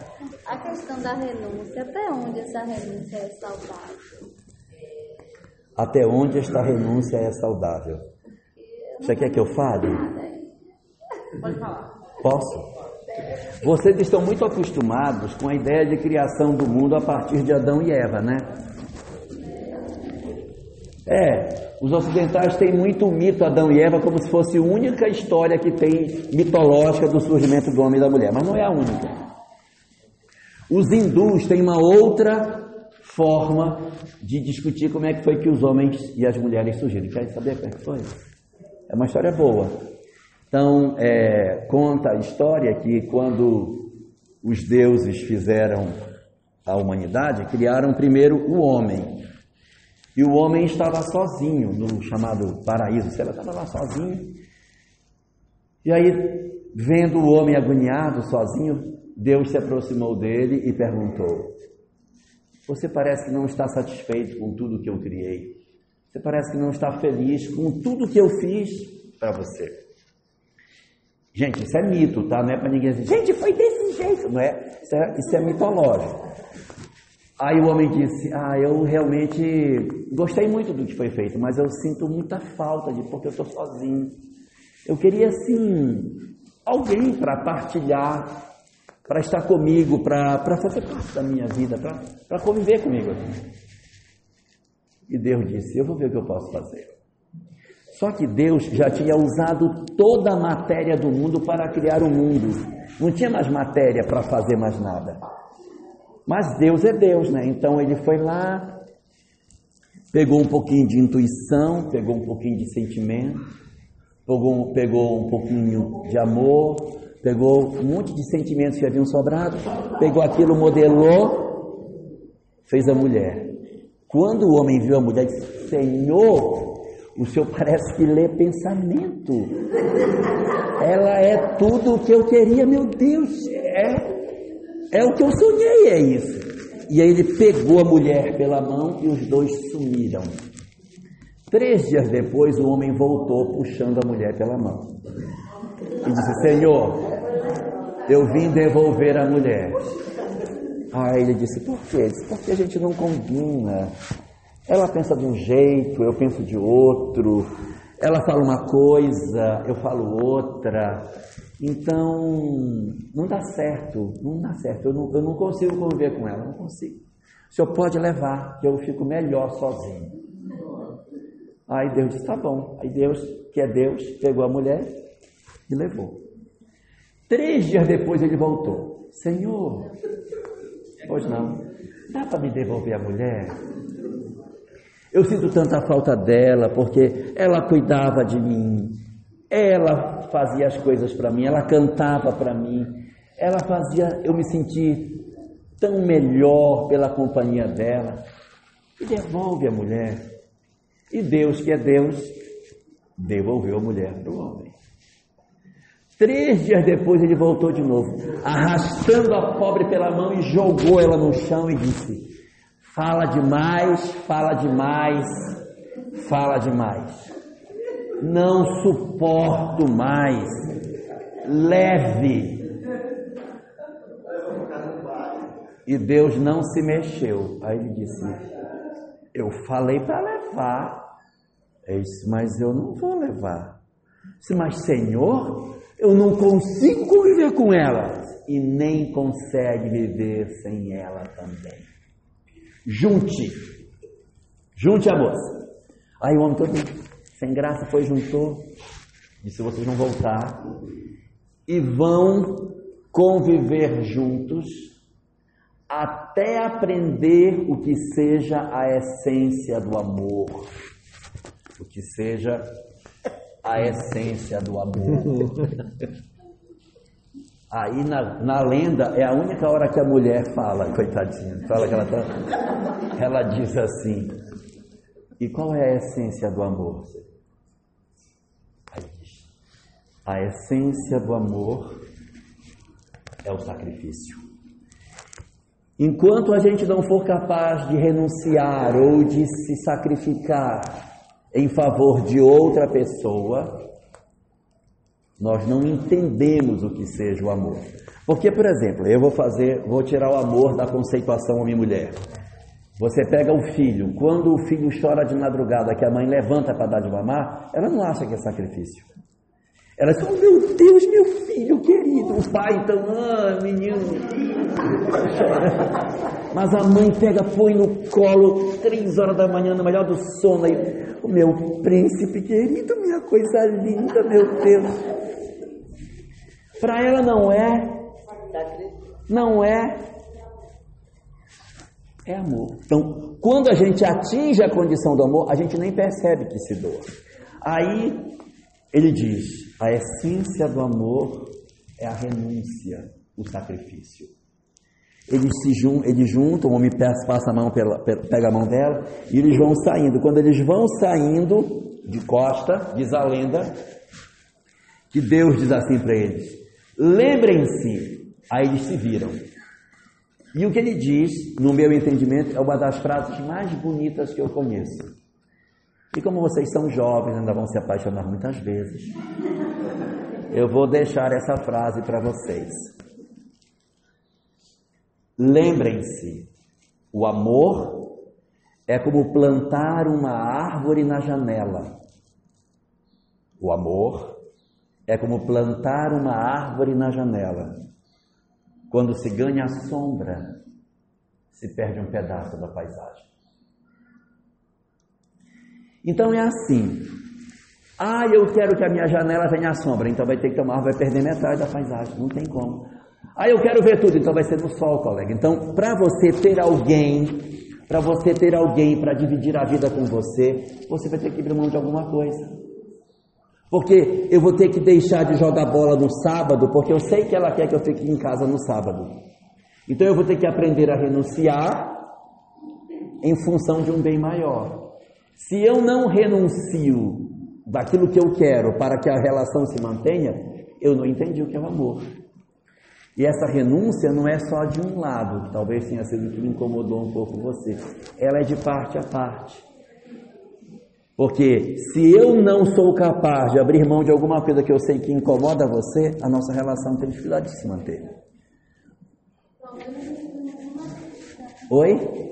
B: A questão da renúncia, até onde essa renúncia é saudável?
A: até onde esta renúncia é saudável. Você quer que eu fale?
B: Pode falar.
A: Posso? Vocês estão muito acostumados com a ideia de criação do mundo a partir de Adão e Eva, né? Os ocidentais têm muito o mito Adão e Eva como se fosse a única história que tem mitológica do surgimento do homem e da mulher, mas não é a única. Os hindus têm uma outra forma de discutir como é que foi que os homens e as mulheres surgiram. Querem saber como é que foi? É uma história boa. Então, conta a história que quando os deuses fizeram a humanidade, criaram primeiro o homem. E o homem estava sozinho no chamado paraíso, ele estava lá sozinho. E aí, vendo o homem agoniado, sozinho, Deus se aproximou dele e perguntou: você parece que não está satisfeito com tudo que eu criei. Você parece que não está feliz com tudo que eu fiz para você. Gente, isso é mito, tá? Não é para ninguém dizer, gente, foi desse jeito. Não é? Isso é mitológico. Aí o homem disse: eu realmente gostei muito do que foi feito, mas eu sinto muita falta porque eu estou sozinho. Eu queria, assim, alguém para partilhar, para estar comigo, para fazer parte da minha vida, para conviver comigo aqui. E Deus disse: eu vou ver o que eu posso fazer. Só que Deus já tinha usado toda a matéria do mundo para criar o mundo. Não tinha mais matéria para fazer mais nada. Mas Deus é Deus, né? Então ele foi lá, pegou um pouquinho de intuição, pegou um pouquinho de sentimento, pegou um pouquinho de amor, pegou um monte de sentimentos que haviam sobrado, pegou aquilo, modelou, fez a mulher. Quando o homem viu a mulher, disse: Senhor, o Senhor parece que lê pensamento. Ela é tudo o que eu queria, meu Deus, é o que eu sonhei, é isso. E aí ele pegou a mulher pela mão e os dois sumiram. 3 dias depois, o homem voltou puxando a mulher pela mão. E disse: Senhor, eu vim devolver a mulher. Aí ele disse: por quê? Ele disse: porque a gente não combina. Ela pensa de um jeito, eu penso de outro. Ela fala uma coisa, eu falo outra. Então, não dá certo, eu não consigo conviver com ela, não consigo. O senhor pode levar, que eu fico melhor sozinho. Aí Deus disse: tá bom. Aí Deus, que é Deus, pegou a mulher e levou. 3 dias depois ele voltou: Senhor, pois não, dá para me devolver a mulher? Eu sinto tanta falta dela, porque ela cuidava de mim, ela fazia as coisas para mim, ela cantava para mim, ela fazia eu me sentir tão melhor pela companhia dela. E devolve a mulher. E Deus, que é Deus, devolveu a mulher para o homem. 3 dias depois ele voltou de novo, arrastando a pobre pela mão e jogou ela no chão e disse: fala demais, fala demais, fala demais. Não suporto mais. Leve. E Deus não se mexeu. Aí ele disse: eu falei para levar. Eu disse: mas eu não vou levar. Eu disse: mas Senhor, eu não consigo conviver com ela. E nem consegue viver sem ela também. Junte a moça. Aí o homem todo sem graça foi, juntou, disse: vocês vão voltar e vão conviver juntos até aprender o que seja a essência do amor. O que seja a essência do amor. Aí na lenda é a única hora que a mulher fala, coitadinha, fala que ela diz assim: e qual é a essência do amor? Aí diz: a essência do amor é o sacrifício. Enquanto a gente não for capaz de renunciar ou de se sacrificar em favor de outra pessoa, nós não entendemos o que seja o amor. Porque, por exemplo, eu vou tirar o amor da conceituação homem e mulher. Você pega o filho, quando o filho chora de madrugada, que a mãe levanta para dar de mamar, ela não acha que é sacrifício. Ela diz, oh meu Deus, meu filho querido. O pai então, menino, chora. Mas a mãe pega, põe no colo, 3 horas da manhã, no melhor do sono, aí, o meu príncipe querido, minha coisa linda, meu Deus. Para ela não é amor. Então, quando a gente atinge a condição do amor, a gente nem percebe que se doa. Aí, ele diz, a essência do amor é a renúncia, o sacrifício. Eles juntam, o homem passa a mão pega a mão dela, e eles vão saindo. Quando eles vão saindo de costa, diz a lenda, que Deus diz assim para eles, lembrem-se, aí eles se viram. E o que ele diz, no meu entendimento, é uma das frases mais bonitas que eu conheço. E como vocês são jovens, ainda vão se apaixonar muitas vezes, eu vou deixar essa frase para vocês. Lembrem-se, o amor é como plantar uma árvore na janela. O amor é como plantar uma árvore na janela. Quando se ganha a sombra, se perde um pedaço da paisagem. Então é assim. Eu quero que a minha janela tenha a sombra, então vai ter que ter uma árvore, vai perder metade da paisagem, não tem como. Eu quero ver tudo, então vai ser no sol, colega. Então, para você ter alguém para dividir a vida com você, você vai ter que abrir mão de alguma coisa. Porque eu vou ter que deixar de jogar bola no sábado, porque eu sei que ela quer que eu fique em casa no sábado. Então eu vou ter que aprender a renunciar em função de um bem maior. Se eu não renuncio daquilo que eu quero para que a relação se mantenha, eu não entendi o que é o amor. E essa renúncia não é só de um lado, que talvez tenha sido o que me incomodou um pouco você. Ela é de parte a parte. Porque se eu não sou capaz de abrir mão de alguma coisa que eu sei que incomoda você, a nossa relação tem dificuldade de se manter. Oi?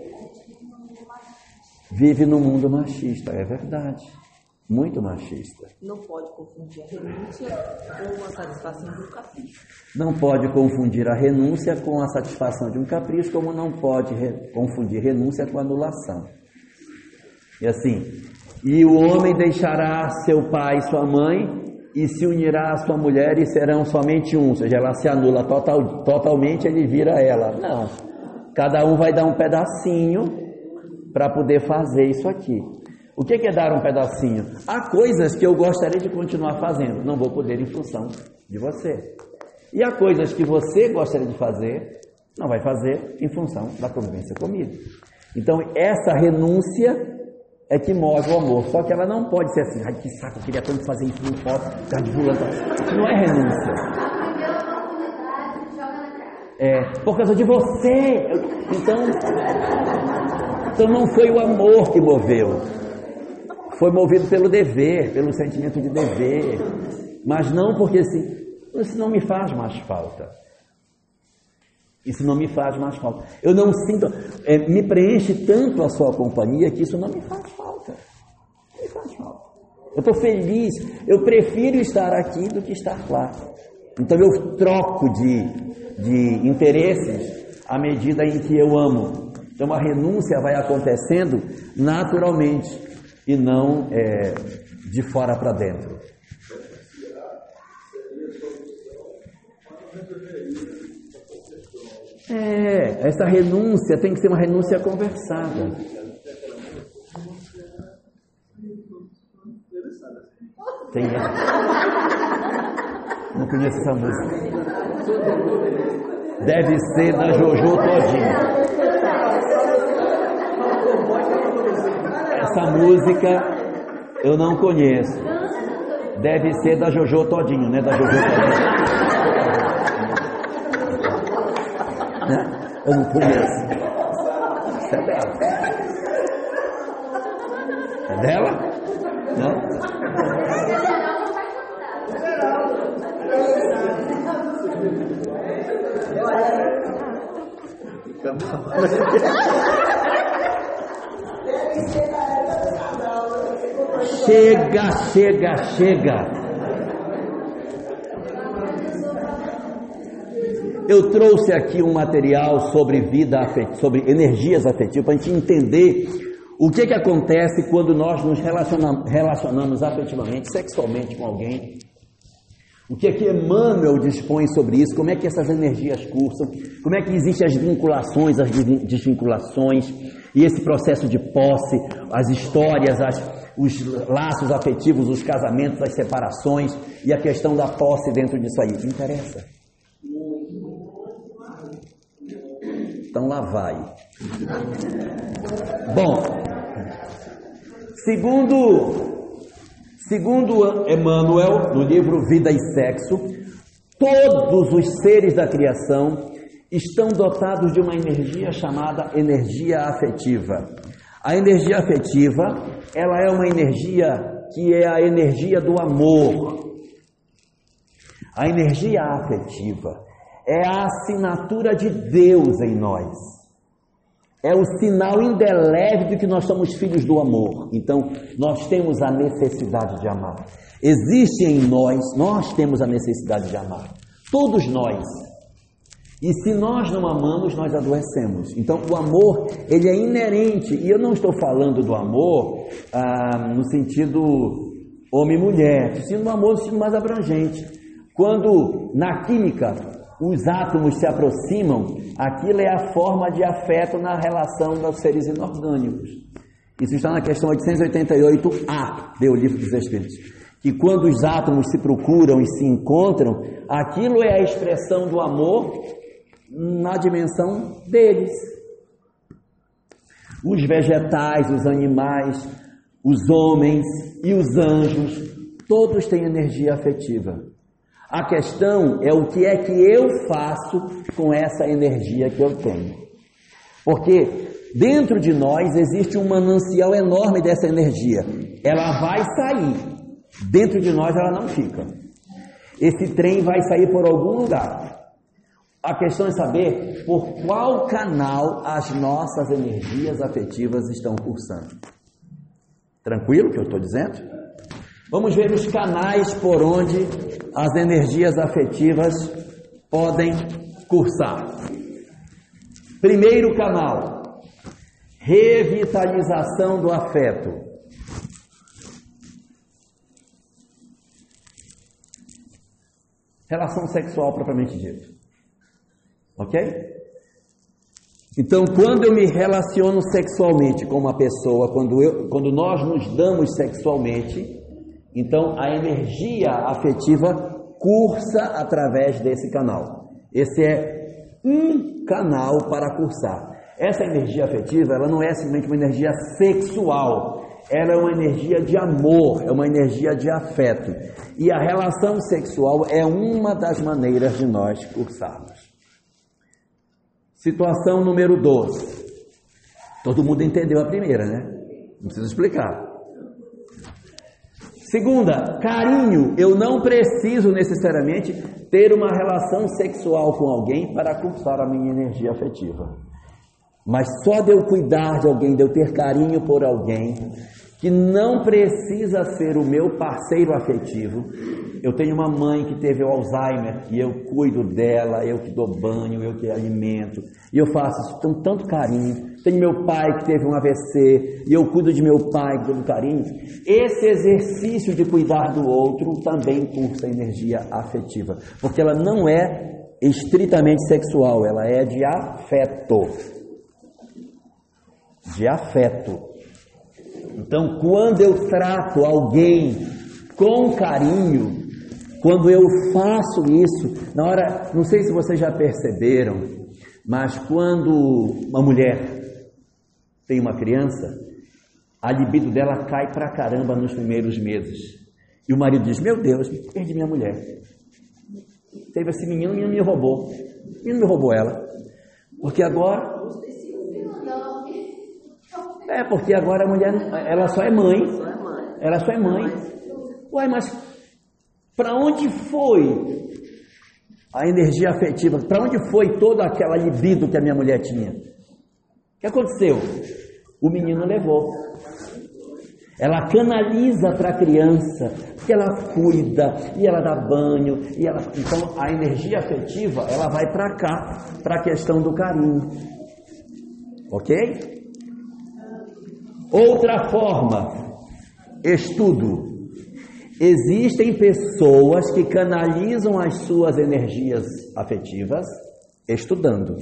A: Vive no mundo machista, é verdade. Muito machista.
D: Não pode confundir a renúncia com a satisfação de um capricho.
A: Não pode confundir a renúncia com a satisfação de um capricho, como não pode confundir renúncia com anulação. E assim, e o homem deixará seu pai e sua mãe e se unirá à sua mulher e serão somente um, ou seja, ela se anula totalmente, ele vira ela. Não, cada um vai dar um pedacinho para poder fazer isso aqui. O que é dar um pedacinho? Há coisas que eu gostaria de continuar fazendo, não vou poder em função de você. E há coisas que você gostaria de fazer, não vai fazer em função da convivência comigo. Então, essa renúncia é que move o amor. Só que ela não pode ser assim, que saco, eu queria tanto fazer isso, não posso, ficar de fulano. Isso não é renúncia. Por causa de você. Então não foi o amor que moveu. Foi movido pelo dever, pelo sentimento de dever. Mas não porque assim, isso não me faz mais falta. Isso não me faz mais falta. Eu não sinto, me preenche tanto a sua companhia que isso não me faz falta. Não me faz falta. Eu estou feliz, eu prefiro estar aqui do que estar lá. Então eu troco de interesses à medida em que eu amo. Então a renúncia vai acontecendo naturalmente e não de fora para dentro. Essa renúncia tem que ser uma renúncia conversada. Não conheço essa música. Deve ser da Jojo Todinho. Essa música eu não conheço. Deve ser da Jojo Todinho, né? Da Jojo Todinho. Eu não conheço. Isso é dela. É dela? Não? Chega. Eu trouxe aqui um material sobre vida afetiva, sobre energias afetivas, para a gente entender o que acontece quando nós nos relacionamos afetivamente, sexualmente com alguém. O que Emmanuel dispõe sobre isso, como é que essas energias cursam, como é que existem as vinculações, as desvinculações, e esse processo de posse, as histórias, os laços afetivos, os casamentos, as separações, e a questão da posse dentro disso aí. Interessa? Então lá vai. Bom, segundo Emmanuel, no livro Vida e Sexo, todos os seres da criação estão dotados de uma energia chamada energia afetiva. A energia afetiva, ela é uma energia que é a energia do amor. A energia afetiva é a assinatura de Deus em nós. É o sinal indelével de que nós somos filhos do amor. Então, nós temos a necessidade de amar. Existe em nós temos a necessidade de amar. Todos nós. E se nós não amamos, nós adoecemos. Então, o amor, ele é inerente. E eu não estou falando do amor no sentido homem e mulher. Estou falando do amor no sentido mais abrangente. Quando, na química, os átomos se aproximam, aquilo é a forma de afeto na relação dos seres inorgânicos. Isso está na questão 888A do Livro dos Espíritos. Que quando os átomos se procuram e se encontram, aquilo é a expressão do amor na dimensão deles. Os vegetais, os animais, os homens e os anjos, todos têm energia afetiva. A questão é o que eu faço com essa energia que eu tenho. Porque dentro de nós existe um manancial enorme dessa energia. Ela vai sair. Dentro de nós ela não fica. Esse trem vai sair por algum lugar. A questão é saber por qual canal as nossas energias afetivas estão cursando. Tranquilo o que eu estou dizendo? Vamos ver os canais por onde as energias afetivas podem cursar. Primeiro canal, revitalização do afeto. Relação sexual propriamente dita. Ok? Então, quando eu me relaciono sexualmente com uma pessoa, quando nós nos damos sexualmente, então a energia afetiva cursa através desse canal. Esse é um canal para cursar. Essa energia afetiva, ela não é simplesmente uma energia sexual, ela é uma energia de amor, é uma energia de afeto. E a relação sexual é uma das maneiras de nós cursarmos. Situação número 12. Todo mundo entendeu a primeira, né? Não preciso explicar. Segunda, carinho. Eu não preciso necessariamente ter uma relação sexual com alguém para cursar a minha energia afetiva. Mas só de eu cuidar de alguém, de eu ter carinho por alguém, que não precisa ser o meu parceiro afetivo. Eu tenho uma mãe que teve o Alzheimer e eu cuido dela, eu que dou banho, eu que alimento, e eu faço isso com tanto carinho. Tenho meu pai que teve um AVC e eu cuido de meu pai com todo carinho. Esse exercício de cuidar do outro também cursa energia afetiva, porque ela não é estritamente sexual, ela é de afeto. De afeto. Então, quando eu trato alguém com carinho, quando eu faço isso, na hora, não sei se vocês já perceberam, mas quando uma mulher tem uma criança, a libido dela cai pra caramba nos primeiros meses. E o marido diz, meu Deus, perdi minha mulher. Teve esse menino, o menino me roubou. O menino me roubou ela. Porque agora... porque agora a mulher, ela só é mãe. Ela só é mãe. Ué, mas para onde foi a energia afetiva? Para onde foi toda aquela libido que a minha mulher tinha? O que aconteceu? O menino levou. Ela canaliza para a criança, porque ela cuida, e ela dá banho, então a energia afetiva, ela vai para cá, para a questão do carinho. Ok? Outra forma, estudo. Existem pessoas que canalizam as suas energias afetivas estudando.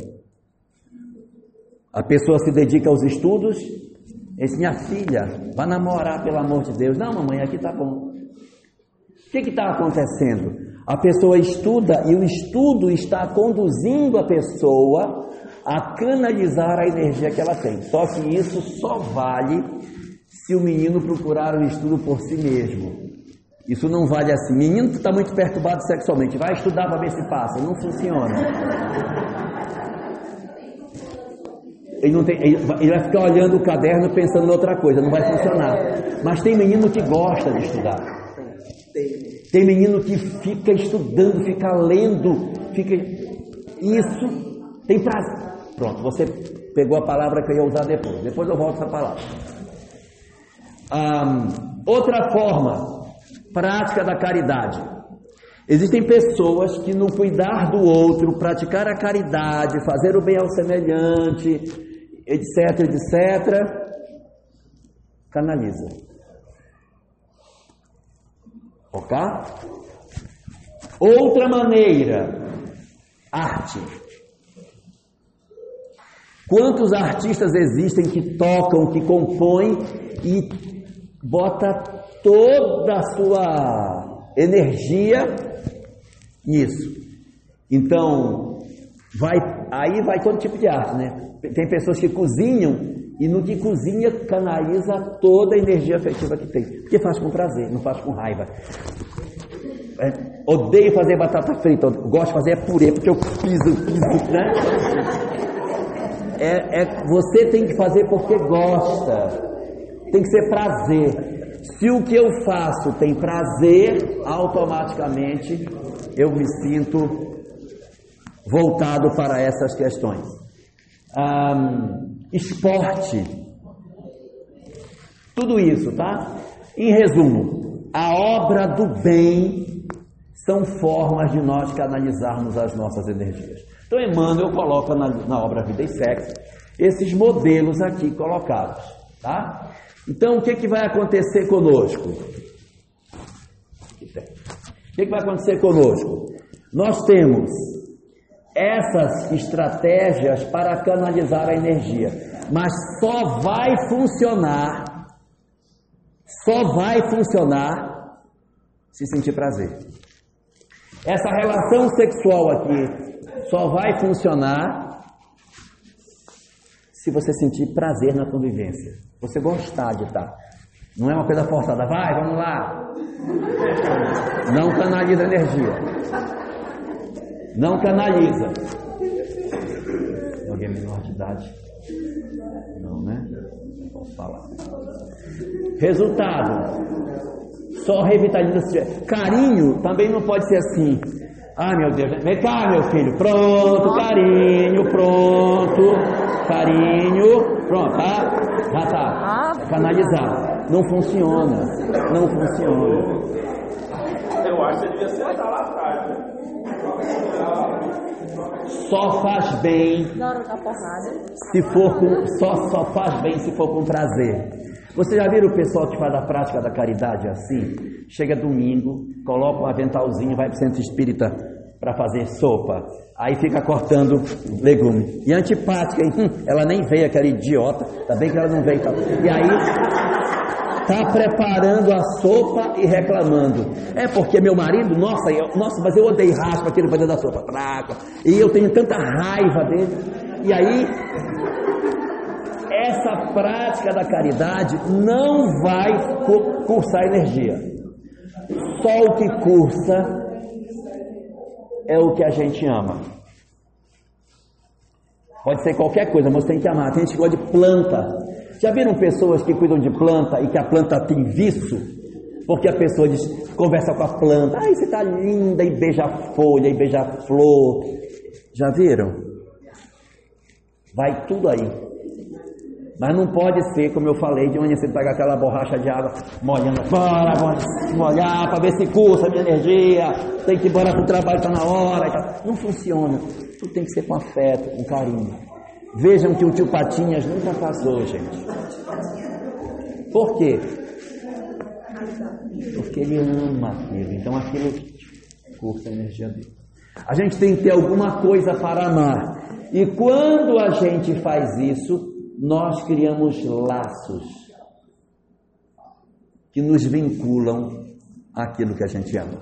A: A pessoa se dedica aos estudos, diz: minha filha, vai namorar, pelo amor de Deus. Não, mamãe, aqui tá bom. O que está acontecendo? A pessoa estuda e o estudo está conduzindo a pessoa a canalizar a energia que ela tem. Só que isso só vale se o menino procurar o estudo por si mesmo. Isso não vale assim. Menino que está muito perturbado sexualmente, vai estudar para ver se passa. Não funciona. Ele vai ficar olhando o caderno pensando em outra coisa, não vai funcionar. Mas tem menino que gosta de estudar. Tem menino que fica estudando, fica lendo, isso tem prazer. Pronto, você pegou a palavra que eu ia usar depois eu volto essa palavra. Outra forma, prática da caridade. Existem pessoas que no cuidar do outro, praticar a caridade, fazer o bem ao semelhante, etc, canaliza. Ok? Outra maneira, arte. Quantos artistas existem que tocam, que compõem e bota toda a sua energia nisso? Então, aí vai todo tipo de arte, né? Tem pessoas que cozinham e no que cozinha canaliza toda a energia afetiva que tem, porque faz com prazer, não faz com raiva. Odeio fazer batata frita, gosto de fazer purê, porque eu piso, né? Você tem que fazer porque gosta, tem que ser prazer. Se o que eu faço tem prazer, automaticamente eu me sinto voltado para essas questões. Esporte, tudo isso, tá? Em resumo, a obra do bem são formas de nós canalizarmos as nossas energias. Então Emmanuel coloca na obra Vida e Sexo esses modelos aqui colocados, tá? Então o que vai acontecer conosco? O que vai acontecer conosco? Nós temos essas estratégias para canalizar a energia, mas só vai funcionar se sentir prazer. Essa relação sexual aqui só vai funcionar se você sentir prazer na convivência, você gostar de estar. Não é uma coisa forçada, vai, vamos lá. Não canaliza energia. Não canaliza. Alguém menor de idade? Não, né? Não posso falar. Resultado: só revitaliza se tiver. Carinho também não pode ser assim. Ah, meu Deus, vem cá, meu filho. Pronto, carinho, pronto. Carinho, pronto, tá? Já tá. Canalizar. Não funciona. Não funciona.
C: Eu acho que devia sentar lá atrás, né?
A: Só faz bem
D: Na hora da porrada.
A: se for com, só faz bem se for com prazer. Você já viram o pessoal que faz a prática da caridade assim? Chega domingo, coloca um aventalzinho, vai para o centro espírita para fazer sopa, aí fica cortando legume. E antipática, hein? Ela nem veio, aquela idiota, tá bem que ela não veio. Tá? E aí tá preparando a sopa e reclamando. É porque meu marido, nossa, mas eu odeio raspa aquele fazendo a sopa, e eu tenho tanta raiva dele. E aí, essa prática da caridade não vai cursar energia. Só o que cursa é o que a gente ama. Pode ser qualquer coisa, mas você tem que amar. Tem gente que gosta de planta. Já viram pessoas que cuidam de planta e que a planta tem vício? Porque a pessoa conversa com a planta. Ai, você tá linda, e beija a folha, e beija a flor. Já viram? Vai tudo aí. Mas não pode ser, como eu falei, de onde você pega aquela borracha de água molhando, bora molhar para ver se cursa a minha energia, tem que ir embora para o trabalho, está na hora. Tá. Não funciona. Tudo tem que ser com afeto, com carinho. Vejam que o tio Patinhas nunca casou, gente. Por quê? Porque ele ama aquilo. Então aquilo cursa a energia dele. A gente tem que ter alguma coisa para amar. E quando a gente faz isso, nós criamos laços que nos vinculam àquilo que a gente ama.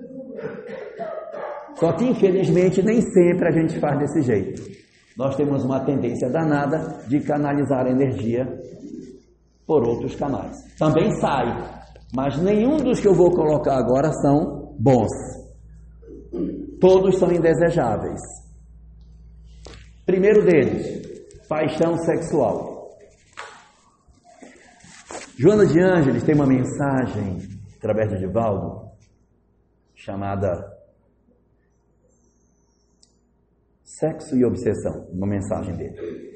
A: Só que, infelizmente, nem sempre a gente faz desse jeito. Nós temos uma tendência danada de canalizar a energia por outros canais. Também sai, mas nenhum dos que eu vou colocar agora são bons. Todos são indesejáveis. Primeiro deles, paixão sexual. Joana de Ângeles tem uma mensagem, através de Divaldo, chamada Sexo e Obsessão, uma mensagem dele.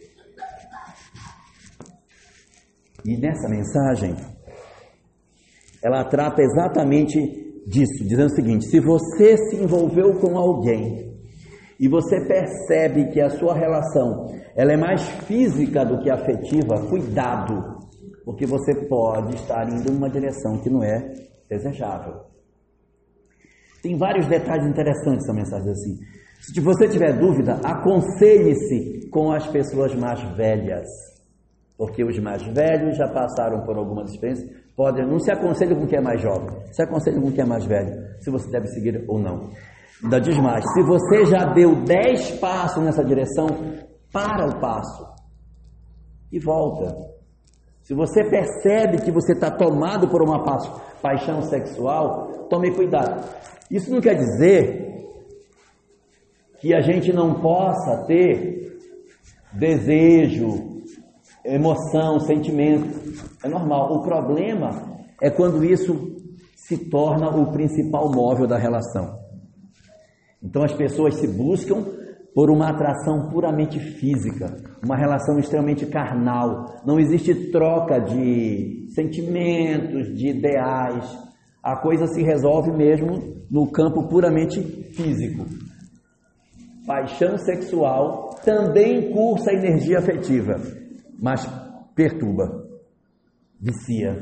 A: E nessa mensagem, ela trata exatamente disso, dizendo o seguinte: se você se envolveu com alguém e você percebe que a sua relação ela é mais física do que afetiva, cuidado, porque você pode estar indo numa direção que não é desejável. Tem vários detalhes interessantes essa mensagem assim. Se você tiver dúvida, aconselhe-se com as pessoas mais velhas, porque os mais velhos já passaram por algumas experiências. Não se aconselhe com quem é mais jovem, se aconselhe com quem é mais velho, se você deve seguir ou não. Ainda diz mais, se você já deu 10 passos nessa direção, para o passo e volta. Se você percebe que você está tomado por uma paixão sexual, tome cuidado. Isso não quer dizer que a gente não possa ter desejo, emoção, sentimento. É normal. O problema é quando isso se torna o principal móvel da relação. Então as pessoas se buscam por uma atração puramente física, uma relação extremamente carnal. Não existe troca de sentimentos, de ideais. A coisa se resolve mesmo no campo puramente físico. Paixão sexual também cursa a energia afetiva, mas perturba, vicia.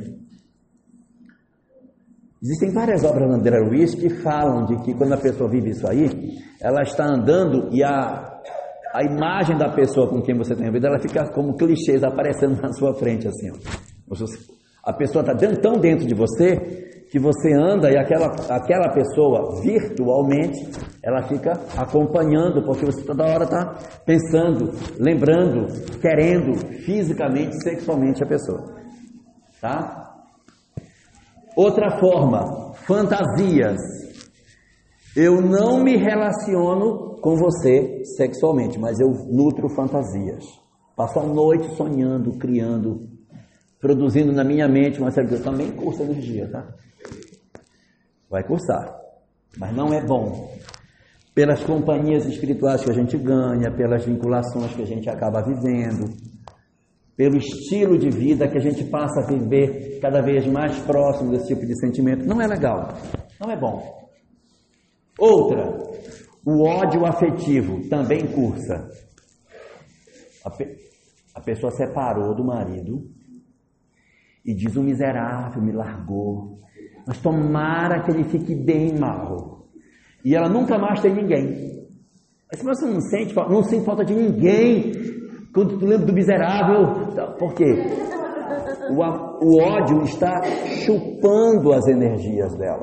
A: Existem várias obras do André Luiz que falam de que quando a pessoa vive isso aí, ela está andando e a imagem da pessoa com quem você tem a vida, ela fica como clichês aparecendo na sua frente, assim, ó. A pessoa está tão dentro de você que você anda e aquela pessoa virtualmente, ela fica acompanhando, porque você toda hora está pensando, lembrando, querendo fisicamente, sexualmente a pessoa. Tá? Outra forma, fantasias. Eu não me relaciono com você sexualmente, mas eu nutro fantasias. Passo a noite sonhando, criando, produzindo na minha mente uma série de coisas. Também cursa energia, tá? Vai cursar, mas não é bom. Pelas companhias espirituais que a gente ganha, pelas vinculações que a gente acaba vivendo, pelo estilo de vida que a gente passa a viver cada vez mais próximo desse tipo de sentimento. Não é legal, não é bom. Outra, o ódio afetivo também cursa. A pessoa separou do marido e diz: o miserável me largou, mas tomara que ele fique bem mal. E ela nunca mais tem ninguém. Mas você não sente falta de ninguém quando tu lembra do miserável. Por quê? O ódio está chupando as energias dela.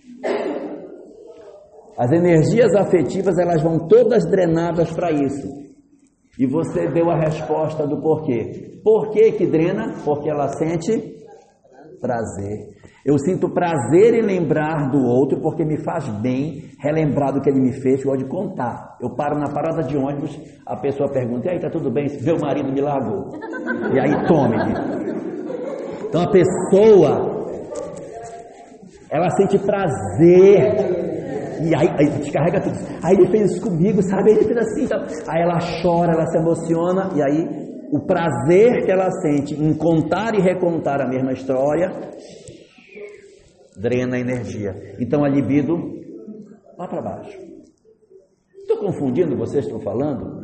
A: As energias afetivas, elas vão todas drenadas para isso. E você deu a resposta do porquê. Por que que drena? Porque ela sente prazer. Eu sinto prazer em lembrar do outro porque me faz bem relembrar do que ele me fez. Eu gosto de contar. Eu paro na parada de ônibus, a pessoa pergunta: e aí, tá tudo bem? Meu marido me largou. E aí, tome. Então a pessoa, ela sente prazer. E aí descarrega tudo. Aí ele fez isso comigo, sabe? Ele fez assim, tá? Aí ela chora, ela se emociona. E aí o prazer que ela sente em contar e recontar a mesma história drena a energia. Então a libido lá para baixo. Estou confundindo vocês estão falando?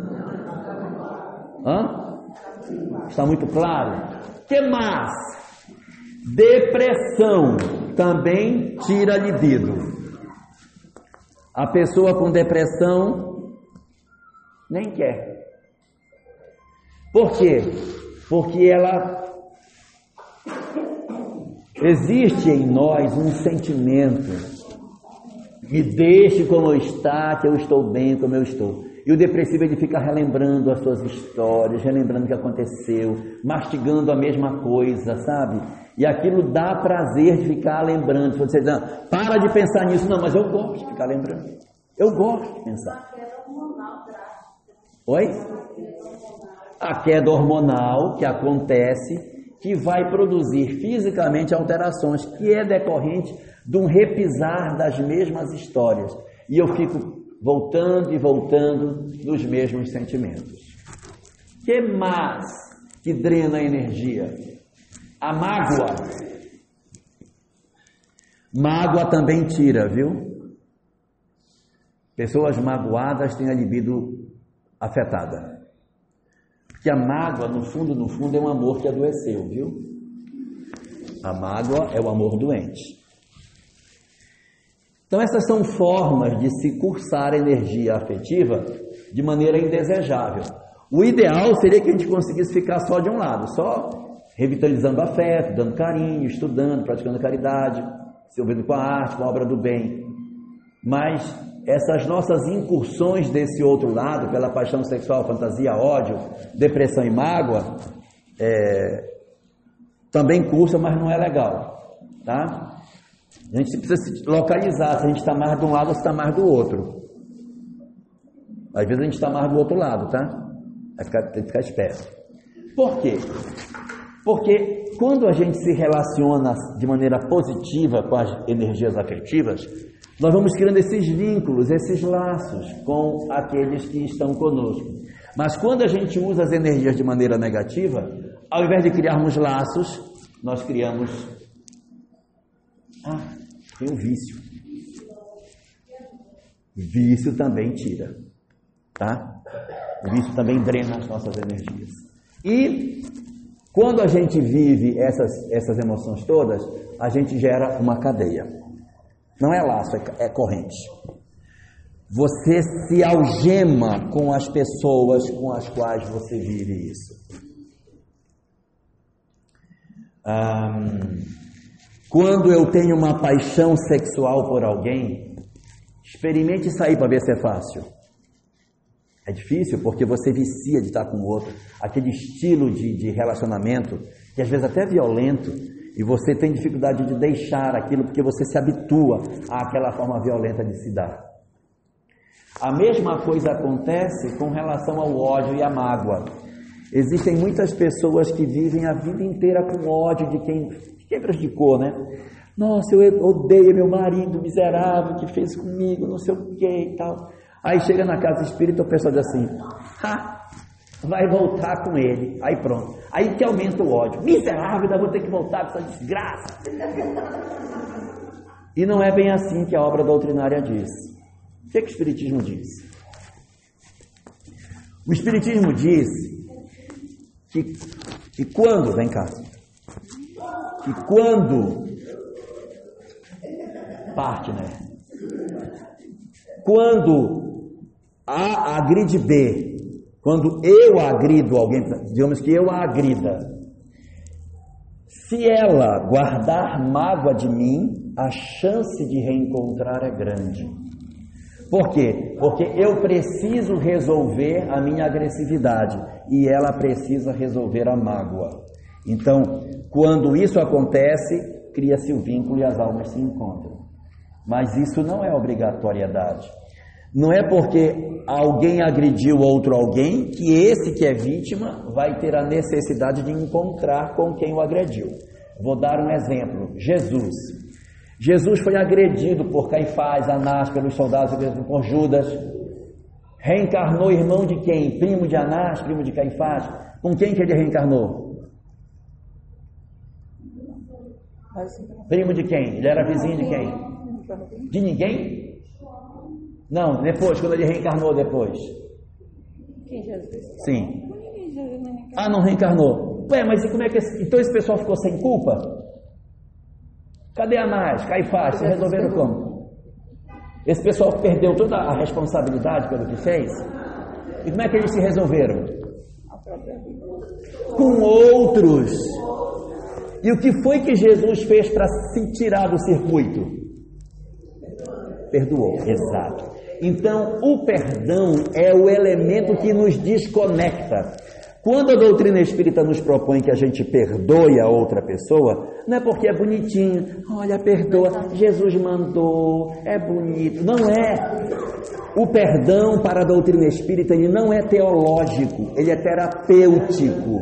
A: Está muito claro? Que mais? Depressão também tira a libido. A pessoa com depressão nem quer. Por quê? Porque existe em nós um sentimento: me deixe como está, que eu estou bem como eu estou. E o depressivo, ele fica relembrando as suas histórias, relembrando o que aconteceu, mastigando a mesma coisa, sabe? E aquilo dá prazer de ficar lembrando. Você diz, não, para de pensar nisso. Não, mas eu gosto de ficar lembrando. Eu gosto de pensar. Oi? A queda hormonal que acontece, que vai produzir fisicamente alterações, que é decorrente de um repisar das mesmas histórias. E eu fico voltando e voltando nos mesmos sentimentos. Que mais que drena a energia? A mágoa. Mágoa também tira, viu? Pessoas magoadas têm a libido afetada. Porque a mágoa, no fundo, é um amor que adoeceu, viu? A mágoa é o amor doente. Então essas são formas de se cursar a energia afetiva de maneira indesejável. O ideal seria que a gente conseguisse ficar só de um lado, só revitalizando o afeto, dando carinho, estudando, praticando caridade, se envolvendo com a arte, com a obra do bem. Mas essas nossas incursões desse outro lado, pela paixão sexual, fantasia, ódio, depressão e mágoa, também cursa, mas não é legal, tá? A gente precisa se localizar, se a gente está mais de um lado ou se está mais do outro. Às vezes a gente está mais do outro lado, tá? Tem que ficar esperto. Por quê? Porque quando a gente se relaciona de maneira positiva com as energias afetivas, nós vamos criando esses vínculos, esses laços com aqueles que estão conosco. Mas quando a gente usa as energias de maneira negativa, ao invés de criarmos laços, nós criamos... tem o vício. Vício também tira, tá? O vício também drena as nossas energias. E quando a gente vive essas emoções todas, a gente gera uma cadeia. Não é laço, é corrente. Você se algema com as pessoas com as quais você vive isso. Quando eu tenho uma paixão sexual por alguém, experimente sair para ver se é fácil. É difícil porque você vicia de estar com o outro, aquele estilo de relacionamento, que às vezes até é violento, e você tem dificuldade de deixar aquilo porque você se habitua àquela forma violenta de se dar. A mesma coisa acontece com relação ao ódio e à mágoa. Existem muitas pessoas que vivem a vida inteira com ódio de quem prejudicou, né? Nossa, eu odeio meu marido miserável que fez comigo, não sei o que e tal. Aí chega na casa espírita, o pessoal diz assim, vai voltar com ele. Aí pronto. Aí que aumenta o ódio. Miserável, ainda vou ter que voltar com essa desgraça. E não é bem assim que a obra doutrinária diz. O que o Espiritismo diz? O Espiritismo diz que quando... Vem cá. Que quando... Partner. Quando A agride B, quando eu agrido alguém, digamos que eu a agrida, se ela guardar mágoa de mim, a chance de reencontrar é grande. Por quê? Porque eu preciso resolver a minha agressividade e ela precisa resolver a mágoa. Então, quando isso acontece, cria-se o vínculo e as almas se encontram. Mas isso não é obrigatoriedade. Não é porque alguém agrediu outro alguém que esse que é vítima vai ter a necessidade de encontrar com quem o agrediu. Vou dar um exemplo. Jesus foi agredido por Caifás, Anás, pelos soldados, por Judas. Reencarnou irmão de quem? Primo de Anás, primo de Caifás. Com quem que ele reencarnou? Primo de quem? Ele era vizinho de quem? De ninguém? Não, depois, quando ele reencarnou depois.
D: Quem, Jesus?
A: Sim. Ah, não reencarnou. Ué, mas como é que então esse pessoal ficou sem culpa? Cadê Anás, Caifás? Se resolveram como? Esse pessoal perdeu toda a responsabilidade pelo que fez? E como é que eles se resolveram? Com outros. E o que foi que Jesus fez para se tirar do circuito? Perdoou. Exato. Então, o perdão é o elemento que nos desconecta. Quando a doutrina espírita nos propõe que a gente perdoe a outra pessoa, não é porque é bonitinho, olha, perdoa, Jesus mandou, é bonito. Não é. O perdão para a doutrina espírita, ele não é teológico, ele é terapêutico.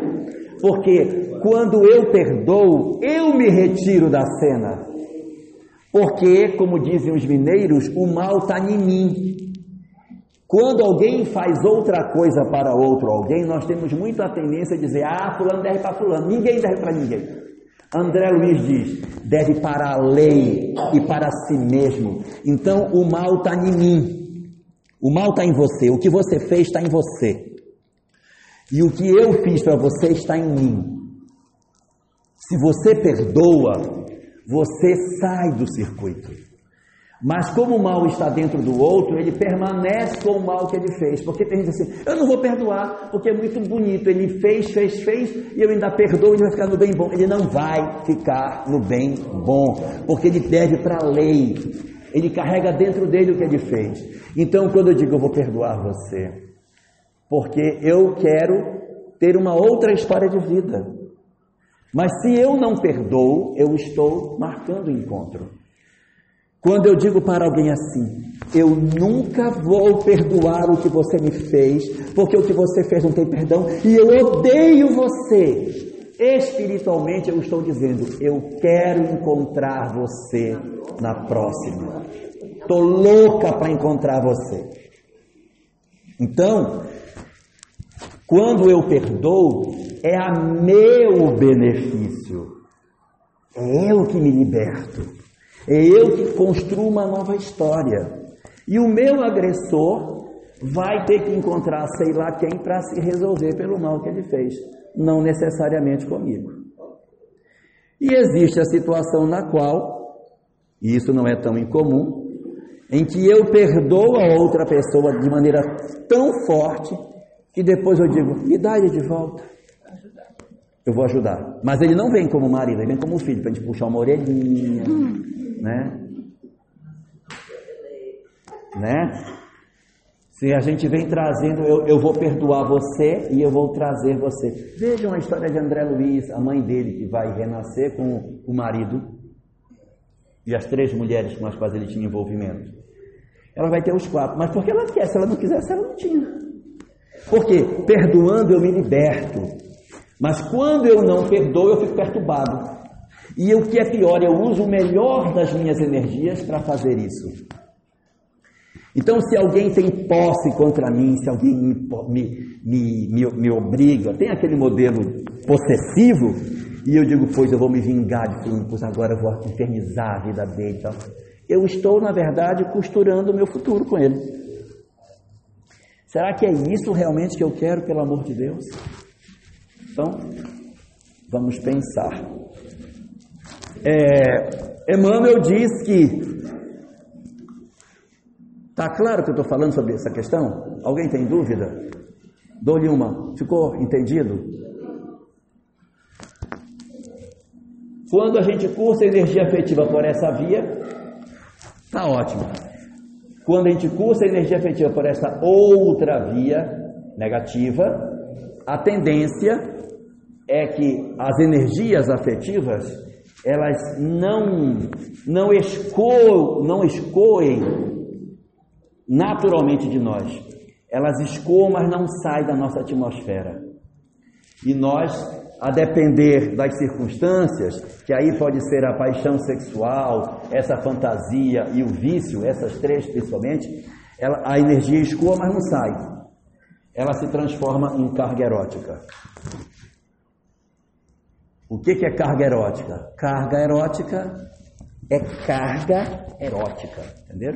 A: Porque quando eu perdoo, eu me retiro da cena. Porque, como dizem os mineiros, o mal está em mim. Quando alguém faz outra coisa para outro alguém, nós temos muito a tendência a dizer, fulano deve para fulano, ninguém deve para ninguém. André Luiz diz, deve para a lei e para si mesmo. Então o mal está em mim, o mal está em você, o que você fez está em você. E o que eu fiz para você está em mim. Se você perdoa, você sai do circuito. Mas como o mal está dentro do outro, ele permanece com o mal que ele fez. Porque tem gente assim, eu não vou perdoar, porque é muito bonito. Ele fez, e eu ainda perdoo, ele vai ficar no bem bom. Ele não vai ficar no bem bom, porque ele deve para a lei. Ele carrega dentro dele o que ele fez. Então, quando eu digo, eu vou perdoar você, porque eu quero ter uma outra história de vida. Mas se eu não perdoo, eu estou marcando o encontro. Quando eu digo para alguém assim, eu nunca vou perdoar o que você me fez, porque o que você fez não tem perdão, e eu odeio você. Espiritualmente eu estou dizendo, eu quero encontrar você na próxima. Estou louca para encontrar você. Então, quando eu perdoo, é a meu benefício. É eu que me liberto. É eu que construo uma nova história. E o meu agressor vai ter que encontrar sei lá quem para se resolver pelo mal que ele fez. Não necessariamente comigo. E existe a situação na qual, e isso não é tão incomum, em que eu perdoo a outra pessoa de maneira tão forte que depois eu digo, me dá ele de volta. Eu vou ajudar. Mas ele não vem como marido, ele vem como filho, para a gente puxar uma orelhinha, né? Se a gente vem trazendo, eu vou perdoar você e eu vou trazer você. Vejam a história de André Luiz, a mãe dele que vai renascer com o marido e as 3 mulheres com as quais ele tinha envolvimento. Ela vai ter os 4, mas porque ela quer, se ela não quisesse, ela não tinha. Porque perdoando eu me liberto. Mas quando eu não perdoo, eu fico perturbado. E o que é pior, eu uso o melhor das minhas energias para fazer isso. Então, se alguém tem posse contra mim, se alguém me obriga, tem aquele modelo possessivo, e eu digo, pois eu vou me vingar de fulano, pois agora eu vou infernizar a vida dele e tal. Eu estou, na verdade, costurando o meu futuro com ele. Será que é isso realmente que eu quero, pelo amor de Deus? Então, vamos pensar. Emmanuel diz que... Está claro que eu estou falando sobre essa questão? Alguém tem dúvida? Dou-lhe uma. Ficou entendido? Quando a gente cursa a energia afetiva por essa via, está ótimo. Quando a gente cursa a energia afetiva por essa outra via negativa, a tendência é que as energias afetivas, elas não escoem naturalmente de nós. Elas escoam, mas não saem da nossa atmosfera. E nós, a depender das circunstâncias, que aí pode ser a paixão sexual, essa fantasia e o vício, essas 3 principalmente, a energia escoa, mas não sai. Ela se transforma em carga erótica. O que é carga erótica? Carga erótica é carga erótica, entenderam?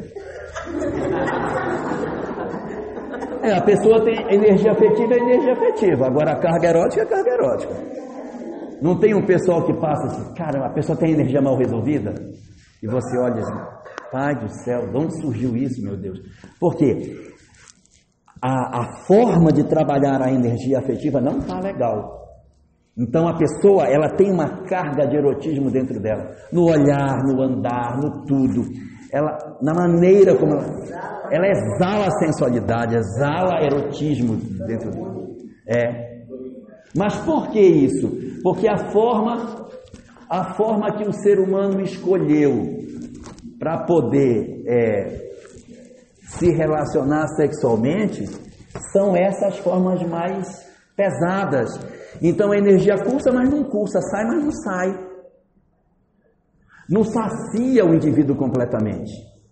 A: A pessoa tem energia afetiva, é energia afetiva. Agora a carga erótica é carga erótica. Não tem um pessoal que passa assim, cara, a pessoa tem energia mal resolvida? E você olha assim, pai do céu, de onde surgiu isso, meu Deus? Por quê? A forma de trabalhar a energia afetiva não está legal. Então a pessoa, ela tem uma carga de erotismo dentro dela, no olhar, no andar, no tudo. Ela, na maneira como ela exala a sensualidade, exala erotismo dentro dela. Mas por que isso? Porque a forma que o ser humano escolheu para poder se relacionar sexualmente são essas formas mais pesadas. Então a energia cursa, mas não cursa, sai, mas não sai. Não sacia o indivíduo completamente.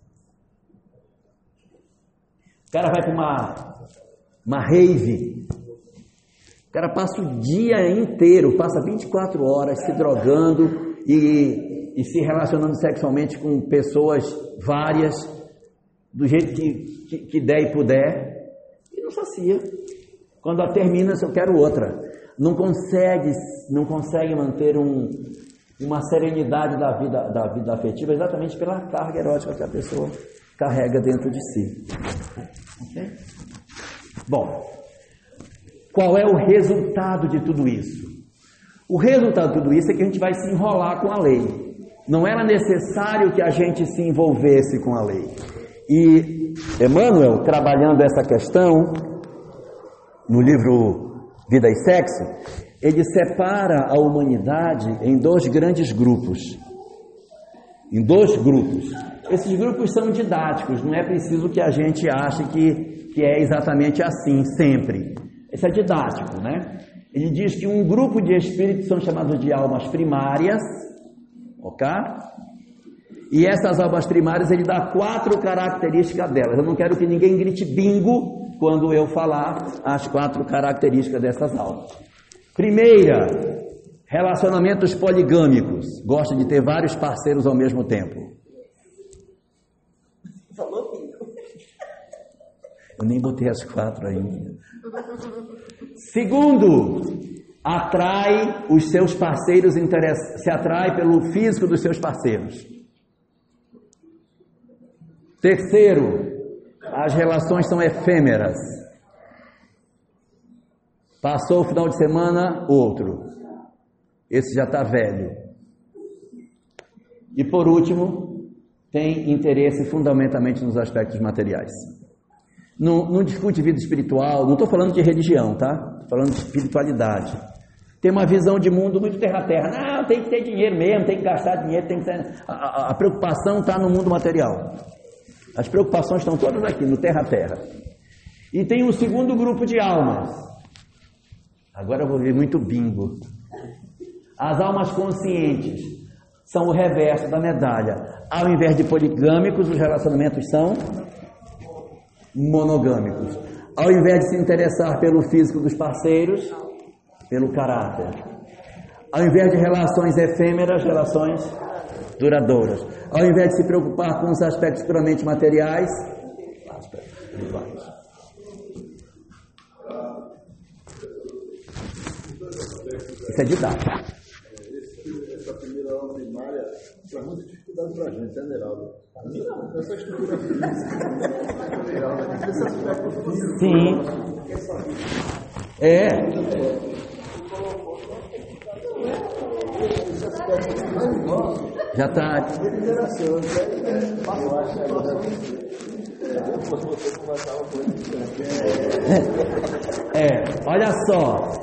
A: O cara vai para uma rave, o cara passa o dia inteiro, passa 24 horas se drogando e se relacionando sexualmente com pessoas várias, do jeito que der e puder, e não sacia. Quando ela termina, eu quero outra. Não consegue manter uma serenidade da vida afetiva exatamente pela carga erótica que a pessoa carrega dentro de si. Okay? Bom, qual é o resultado de tudo isso? O resultado de tudo isso é que a gente vai se enrolar com a lei. Não era necessário que a gente se envolvesse com a lei. E Emmanuel, trabalhando essa questão no livro Vida e Sexo, ele separa a humanidade em dois grandes grupos. Em dois grupos. Esses grupos são didáticos, não é preciso que a gente ache que é exatamente assim, sempre. Isso é didático, né? Ele diz que um grupo de espíritos são chamados de almas primárias, ok? E essas almas primárias, ele dá 4 características delas. Eu não quero que ninguém grite bingo quando eu falar as 4 características dessas almas. Primeira, relacionamentos poligâmicos. Gosta de ter vários parceiros ao mesmo tempo.
D: Falou bingo.
A: Eu nem botei as 4 ainda. Segundo, atrai os seus parceiros, se atrai pelo físico dos seus parceiros. Terceiro, as relações são efêmeras. Passou o final de semana, outro. Esse já está velho. E por último, tem interesse fundamentalmente nos aspectos materiais. Não discute vida espiritual, não estou falando de religião, tá? Estou falando de espiritualidade. Tem uma visão de mundo muito terra-terra. Não, tem que ter dinheiro mesmo, tem que gastar dinheiro, tem que ter... A preocupação está no mundo material. As preocupações estão todas aqui, no terra-terra. E tem um segundo grupo de almas. Agora eu vou ver muito bingo. As almas conscientes são o reverso da medalha. Ao invés de poligâmicos, os relacionamentos são monogâmicos. Ao invés de se interessar pelo físico dos parceiros, pelo caráter. Ao invés de relações efêmeras, relações duradouras. Ao invés de se preocupar com os aspectos puramente materiais, aspectos espirituais. Isso é didático.
C: Essa primeira aula primária traz muita dificuldade para a gente, né, Neraldo? Não. Essa estrutura física.
A: Sim. Já está. Olha só.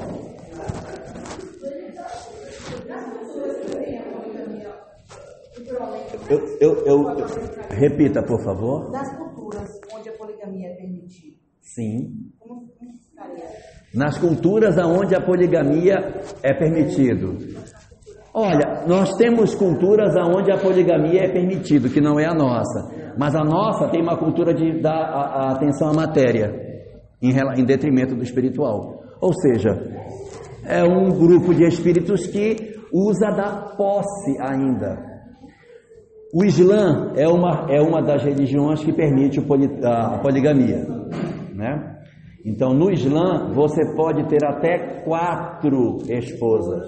A: Repita, por favor.
B: Nas culturas onde a poligamia é permitida.
A: Sim.
B: Como ficaria?
A: Nas culturas onde a poligamia é permitido. Olha, nós temos culturas onde a poligamia é permitido, que não é a nossa. Mas a nossa tem uma cultura de dar a atenção à matéria, em detrimento do espiritual. Ou seja, é um grupo de espíritos que usa da posse ainda. O Islã é uma das religiões que permite a poligamia, né? Então, no Islã, você pode ter até 4 esposas.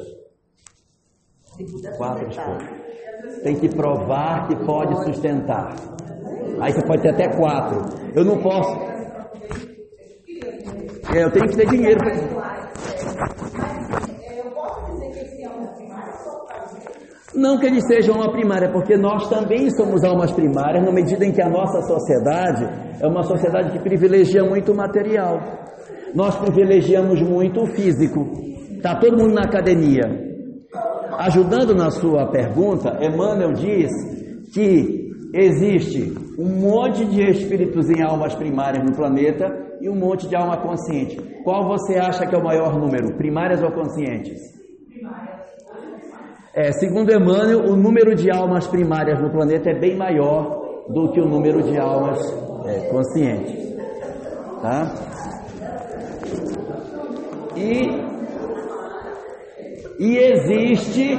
A: 4 esposas. Tem que provar que pode sustentar. Aí você pode ter até 4. Eu não posso. Eu tenho que ter dinheiro para isso. Não que eles sejam uma primária, porque nós também somos almas primárias, na medida em que a nossa sociedade é uma sociedade que privilegia muito o material. Nós privilegiamos muito o físico. Está todo mundo na academia. Ajudando na sua pergunta, Emmanuel diz que existe um monte de espíritos em almas primárias no planeta e um monte de alma consciente. Qual você acha que é o maior número, primárias ou conscientes? Segundo Emmanuel, o número de almas primárias no planeta é bem maior do que o número de almas conscientes, tá? E existe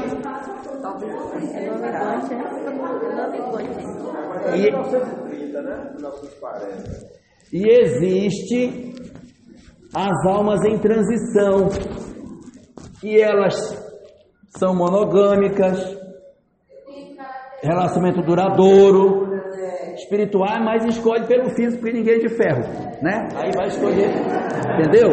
A: e existe as almas em transição, que elas são monogâmicas, relacionamento duradouro, espiritual, mas escolhe pelo físico, porque ninguém é de ferro, né? Aí vai escolher, entendeu?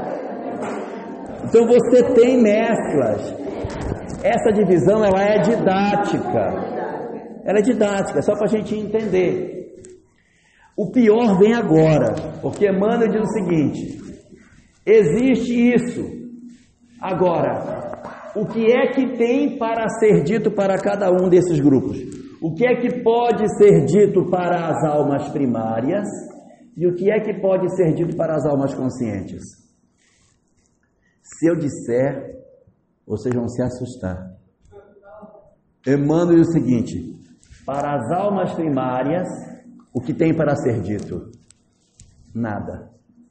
A: Então você tem mesclas. Essa divisão, ela é didática. Ela é didática, só para a gente entender. O pior vem agora, porque Emmanuel diz o seguinte: existe isso. Agora, o que é que tem para ser dito para cada um desses grupos? O que é que pode ser dito para as almas primárias e o que é que pode ser dito para as almas conscientes? Se eu disser, vocês vão se assustar. Emmanuel diz o seguinte: para as almas primárias, o que tem para ser dito? Nada.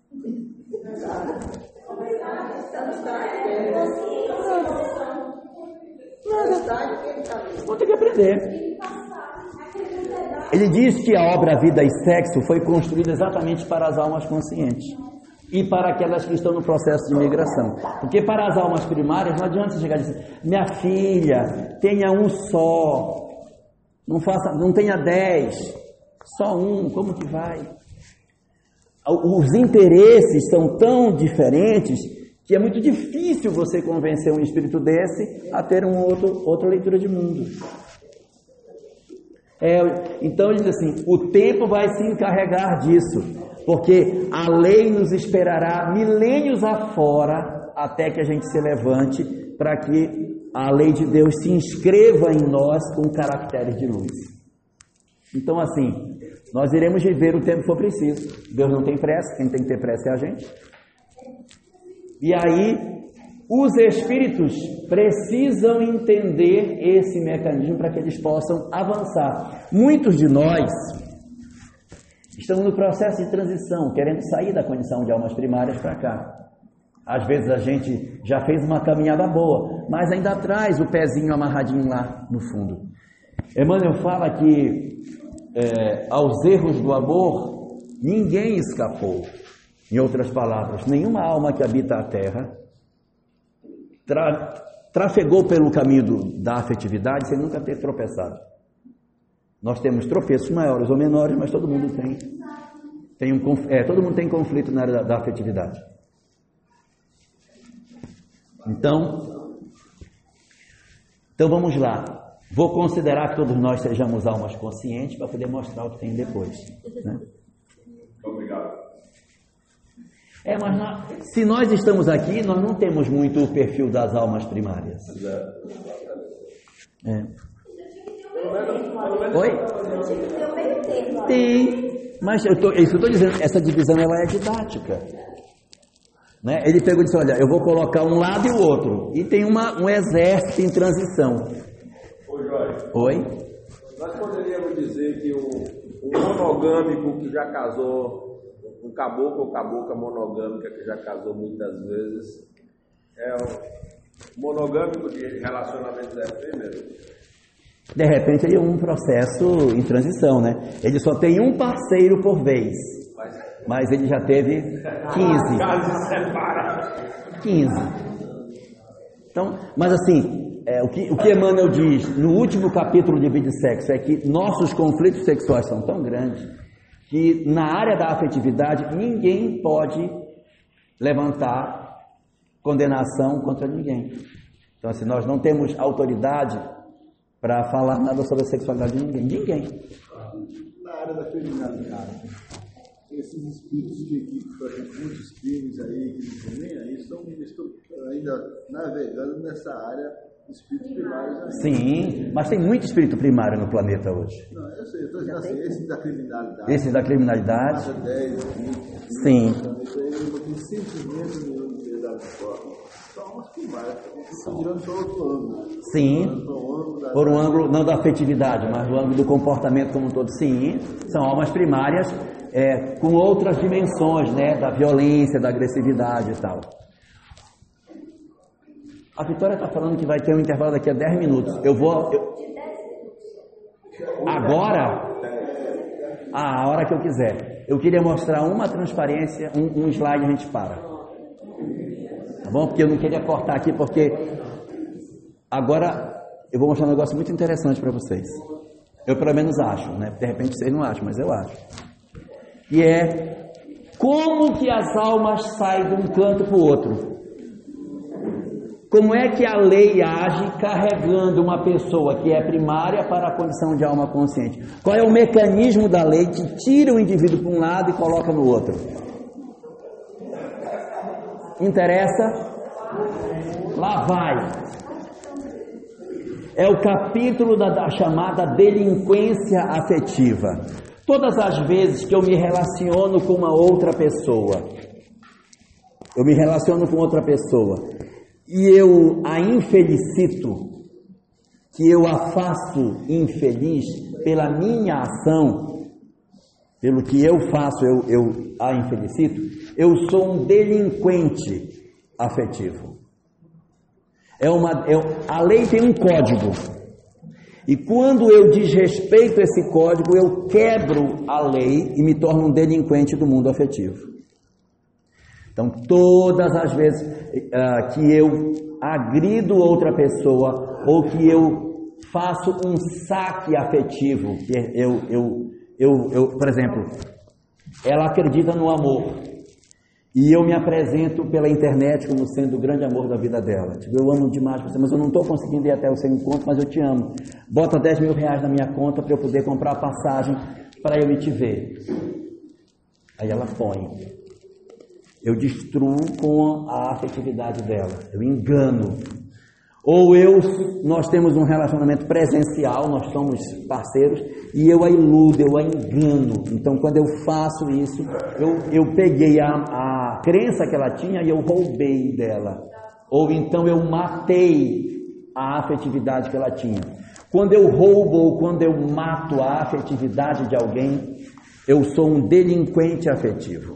A: Vou ter que aprender. Ele diz que a obra Vida e Sexo foi construída exatamente para as almas conscientes e para aquelas que estão no processo de migração. Porque para as almas primárias não adianta você chegar e dizer: minha filha, tenha um só, não tenha 10, só um, como que vai? Os interesses são tão diferentes que é muito difícil você convencer um espírito desse a ter outra leitura de mundo. Então ele diz assim: o tempo vai se encarregar disso, porque a lei nos esperará milênios afora até que a gente se levante para que a lei de Deus se inscreva em nós com caracteres de luz. Então assim, nós iremos viver o tempo que for preciso. Deus não tem pressa, quem tem que ter pressa é a gente. E aí, os espíritos precisam entender esse mecanismo para que eles possam avançar. Muitos de nós estamos no processo de transição, querendo sair da condição de almas primárias para cá. Às vezes a gente já fez uma caminhada boa, mas ainda traz o pezinho amarradinho lá no fundo. Emmanuel fala que aos erros do amor ninguém escapou. Em outras palavras, nenhuma alma que habita a Terra trafegou pelo caminho da afetividade sem nunca ter tropeçado. Nós temos tropeços maiores ou menores, mas todo mundo todo mundo tem conflito na área da afetividade. Então vamos lá. Vou considerar que todos nós sejamos almas conscientes para poder mostrar o que tem depois, né?
C: Obrigado.
A: Mas se nós estamos aqui, nós não temos muito o perfil das almas primárias. Oi? Tem, mas isso que eu estou dizendo, essa divisão ela é didática, né? Ele pegou e disse: olha, eu vou colocar um lado e o outro, e tem um exército em transição.
C: Ô Jorge,
A: oi?
C: Nós poderíamos dizer que o
E: Um monogâmico que já casou, um caboclo ou cabocla monogâmica que já casou muitas vezes, é um monogâmico de relacionamentos efêmeros.
A: De repente ele é um processo em transição, né? Ele só tem um parceiro por vez, mas ele já teve 15.
E: Caso separa.
A: 15. Então, mas assim, o que Emmanuel diz no último capítulo de Vida e Sexo é que nossos conflitos sexuais são tão grandes que na área da afetividade ninguém pode levantar condenação contra ninguém. Então, assim, nós não temos autoridade para falar nada sobre a sexualidade de ninguém. Ninguém.
C: Na área da criminalidade, esses espíritos que fazem muitos crimes aí, que não tem nem aí, estão ainda navegando nessa área de espíritos primários. Aí.
A: Sim, mas tem muito espírito primário no planeta hoje.
C: Não, eu sei, eu estou dizendo assim, esses da criminalidade.
A: Esses da criminalidade?
C: 10, 20.
A: Sim.
C: Isso aí não tem sentimento nenhum de verdade de forma. São umas primárias, estão virando só outro ângulo.
A: Sim, por um ângulo não da afetividade, mas do ângulo do comportamento como um todo. Sim, são almas primárias com outras dimensões, né, da violência, da agressividade e tal. A Vitória está falando que vai ter um intervalo daqui a 10 minutos. Agora, a hora que eu quiser. Eu queria mostrar uma transparência, um slide a gente para. Tá bom? Porque eu não queria cortar aqui, porque agora eu vou mostrar um negócio muito interessante para vocês. Eu pelo menos acho, né? De repente vocês não acham, mas eu acho. Que é como que as almas saem de um canto para o outro. Como é que a lei age carregando uma pessoa que é primária para a condição de alma consciente? Qual é o mecanismo da lei que tira o indivíduo para um lado e coloca no outro? Interessa? Lá vai. É o capítulo da chamada delinquência afetiva. Todas as vezes que eu me relaciono com uma outra pessoa, e eu a infelicito, que eu a faço infeliz pela minha ação, pelo que eu faço, eu a infelicito, eu sou um delinquente afetivo. A lei tem um código, e quando eu desrespeito esse código, eu quebro a lei e me torno um delinquente do mundo afetivo. Então, todas as vezes que eu agrido outra pessoa ou que eu faço um saque afetivo, que por exemplo, ela acredita no amor e eu me apresento pela internet como sendo o grande amor da vida dela. Tipo, eu amo demais você, mas eu não estou conseguindo ir até o seu encontro, mas eu te amo. Bota 10 mil reais na minha conta para eu poder comprar a passagem para eu ir te ver. Aí ela põe. Eu destruo com a afetividade dela, eu engano. Ou nós temos um relacionamento presencial, nós somos parceiros, e eu a iludo, eu a engano. Então, quando eu faço isso, eu peguei a crença que ela tinha e eu roubei dela. Ou então eu matei a afetividade que ela tinha. Quando eu roubo ou quando eu mato a afetividade de alguém, eu sou um delinquente afetivo.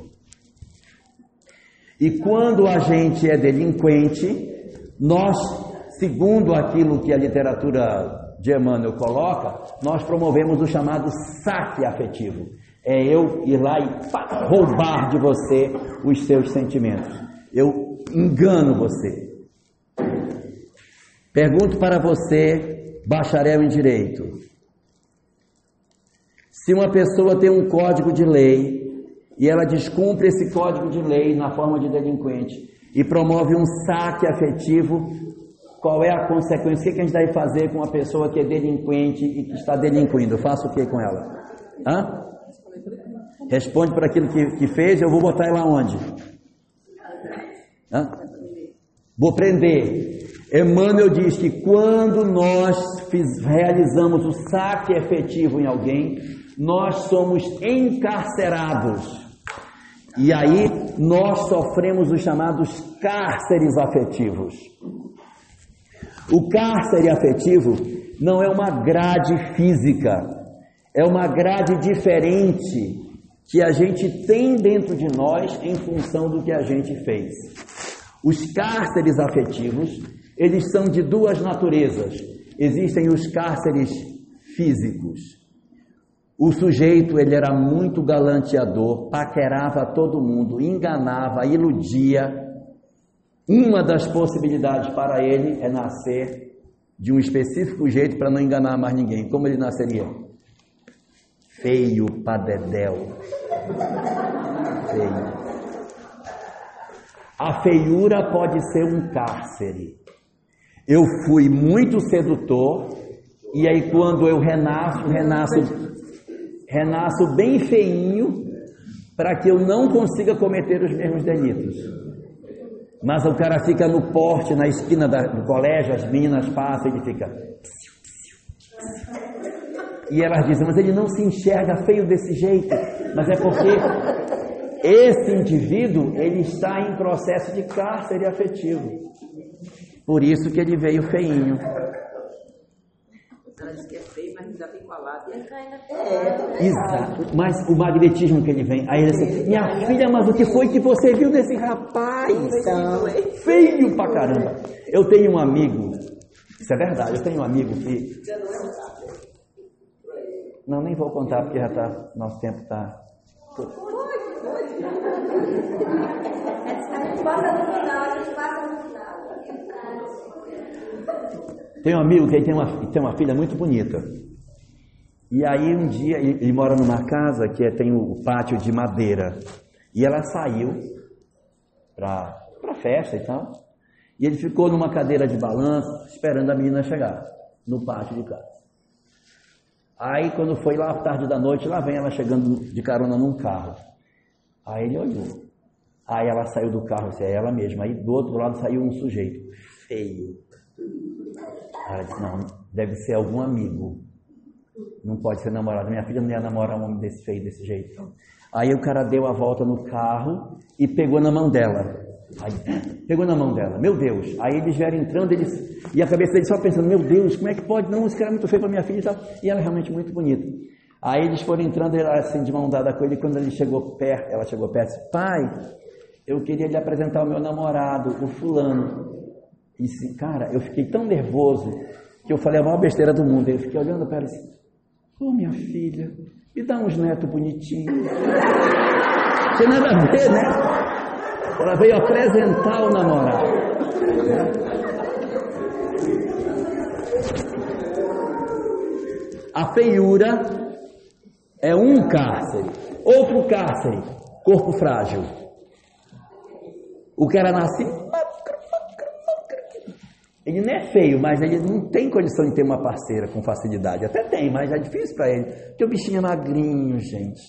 A: E quando a gente é delinquente, nós, segundo aquilo que a literatura de Emmanuel coloca, nós promovemos o chamado saque afetivo. É eu ir lá e roubar de você os seus sentimentos. Eu engano você. Pergunto para você, bacharel em direito. Se uma pessoa tem um código de lei e ela descumpre esse código de lei na forma de delinquente e promove um saque afetivo, qual é a consequência? O que a gente deve fazer com uma pessoa que é delinquente e que está delinquindo? Eu faço o que com ela? Responde por aquilo que fez, eu vou botar ela onde? Vou prender. Emmanuel diz que quando nós realizamos o saque efetivo em alguém, nós somos encarcerados. E aí nós sofremos os chamados cárceres afetivos. O cárcere afetivo não é uma grade física, É uma grade diferente que a gente tem dentro de nós em função do que a gente fez. Os cárceres afetivos, eles são de duas naturezas. Existem os cárceres físicos. O sujeito, ele era muito galanteador, paquerava todo mundo, enganava, iludia. Uma das possibilidades para ele é nascer de um específico jeito para não enganar mais ninguém. Como ele nasceria? Feio pra dedéu. Feio. A feiura pode ser um cárcere. Eu fui muito sedutor e aí quando eu renasço bem feinho para que eu não consiga cometer os mesmos delitos. Mas o cara fica no porte, na esquina do colégio, as meninas passam e ele fica... E elas dizem, mas ele não se enxerga feio desse jeito. Mas é porque esse indivíduo, ele está em processo de cárcere afetivo. Por isso que ele veio feinho.
D: Ela diz que é feio, mas ainda tem colado.
A: Exato. Mas o magnetismo que ele vem. Aí ele diz, minha filha, mas o que foi que você viu nesse rapaz? Feio pra caramba. Eu tenho um amigo, isso é verdade, eu tenho um amigo que... Não, nem vou contar porque já tá, nosso tempo está... Tem um amigo que tem uma filha muito bonita. E aí um dia, ele mora numa casa que tem o pátio de madeira. E ela saiu para festa e tal. E ele ficou numa cadeira de balanço, esperando a menina chegar no pátio de casa. Aí quando foi lá tarde da noite, lá vem ela chegando de carona num carro. Aí ele olhou. Aí ela saiu do carro, isso é ela mesma. Aí do outro lado saiu um sujeito feio. Ela disse, não, deve ser algum amigo. Não pode ser namorado. Minha filha não ia namorar um homem desse feio, desse jeito. Aí o cara deu a volta no carro e pegou na mão dela. Aí, pegou na mão dela, meu Deus. Aí eles vieram entrando, e a cabeça dele só pensando, meu Deus, como é que pode? Não, esse cara é muito feio para minha filha e tal. E ela é realmente muito bonita. Aí eles foram entrando, ela assim, de mão dada com ele, e quando ele chegou perto, ela chegou perto, disse, pai, eu queria lhe apresentar o meu namorado, o fulano. E disse, cara, eu fiquei tão nervoso que eu falei a maior besteira do mundo. Eu fiquei olhando para ela e disse, minha filha, me dá uns netos bonitinhos. Não tem nada a ver, né? Ela veio apresentar o namorado. A feiura é um cárcere. Outro cárcere, corpo frágil. O cara nasce... Ele não é feio, mas ele não tem condição de ter uma parceira com facilidade. Até tem, mas é difícil para ele. Porque o bichinho é magrinho, gente.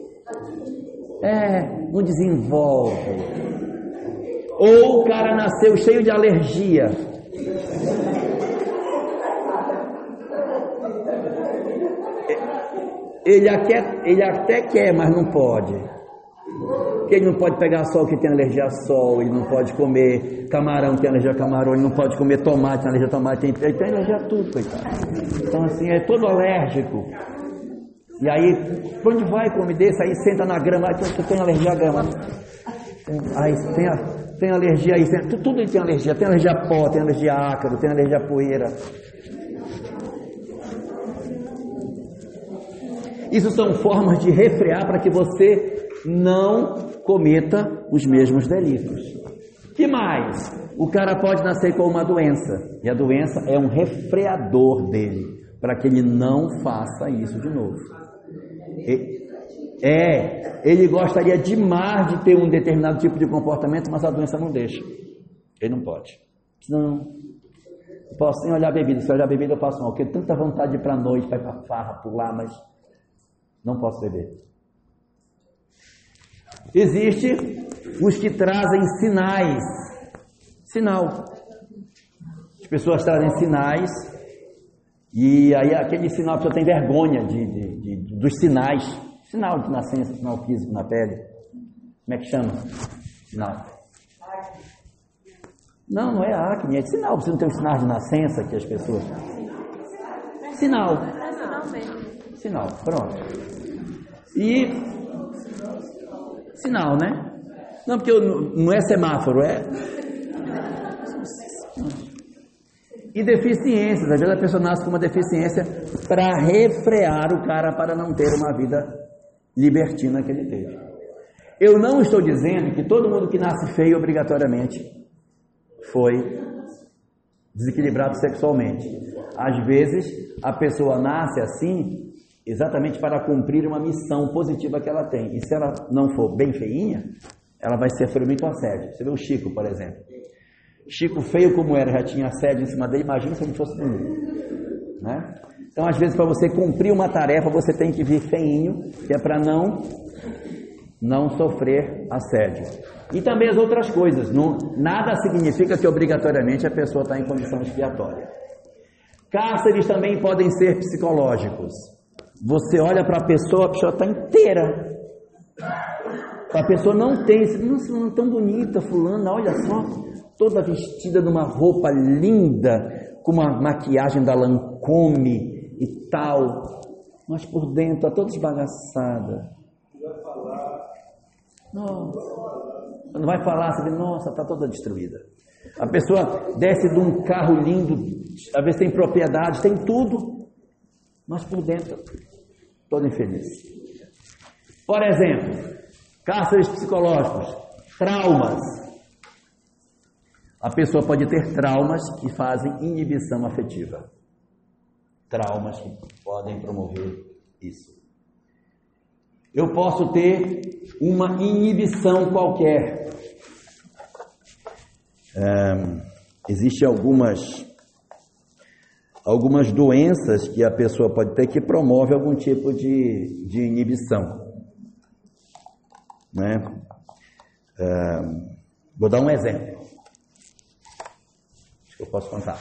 A: Não desenvolve. Ou o cara nasceu cheio de alergia. Ele até quer, mas não pode. Porque ele não pode pegar sol que tem alergia a sol, ele não pode comer camarão que tem alergia a camarão, ele não pode comer tomate, tem alergia a tomate, ele tem alergia a tudo, coitado. Então assim, é todo alérgico. E aí, pra onde vai comer desse? Aí senta na grama, aí tu tem alergia à grama. Aí tem alergia aí, tudo ele tem alergia a pó, tem alergia a ácaro, tem alergia a poeira. Isso são formas de refrear para que você não cometa os mesmos delitos. Que mais? O cara pode nascer com uma doença, e a doença é um refreador dele, para que ele não faça isso de novo. Ele gostaria demais de ter um determinado tipo de comportamento, mas a doença não deixa. Ele não pode. Não, posso sem olhar a bebida. Se olhar a bebida eu passo mal, porque eu tenho tanta vontade de ir para a noite, para ir para a farra, pular, mas não posso beber. Existe os que trazem sinais. Sinal. As pessoas trazem sinais e aí aquele sinal a pessoa tem vergonha dos sinais. Sinal de nascença, sinal físico na pele. Como é que chama? Sinal. Não é acne, é de sinal. Você não tem um sinal de nascença que as pessoas... Sinal. Sinal, pronto. E sinal, né? Não, porque não é semáforo, é. E deficiências, às vezes a pessoa nasce com uma deficiência para refrear o cara para não ter uma vida libertina que ele teve. Eu não estou dizendo que todo mundo que nasce feio obrigatoriamente foi desequilibrado sexualmente. Às vezes a pessoa nasce assim exatamente para cumprir uma missão positiva que ela tem. E se ela não for bem feinha, ela vai sofrer muito assédio. Você vê o Chico, por exemplo. Chico, feio como era, já tinha assédio em cima dele, imagina se ele fosse bonito, né? Então, às vezes, para você cumprir uma tarefa, você tem que vir feinho, que é para não sofrer assédio. E também as outras coisas. Nada significa que obrigatoriamente a pessoa está em condição expiatória. Cárceres também podem ser psicológicos. Você olha para a pessoa está inteira. A pessoa não tem, nossa, não é tão bonita, fulana, olha só, toda vestida numa roupa linda, com uma maquiagem da Lancôme e tal, mas por dentro está toda esbagaçada. Nossa. Quando vai falar, você vê, nossa, está toda destruída. A pessoa desce de um carro lindo, às vezes tem propriedade, tem tudo, mas por dentro toda infeliz. Por exemplo, cárceres psicológicos, traumas. A pessoa pode ter traumas que fazem inibição afetiva. Traumas que podem promover isso. Eu posso ter uma inibição qualquer. Existem algumas doenças que a pessoa pode ter que promove algum tipo de inibição. Né? Vou dar um exemplo. Acho que eu posso contar.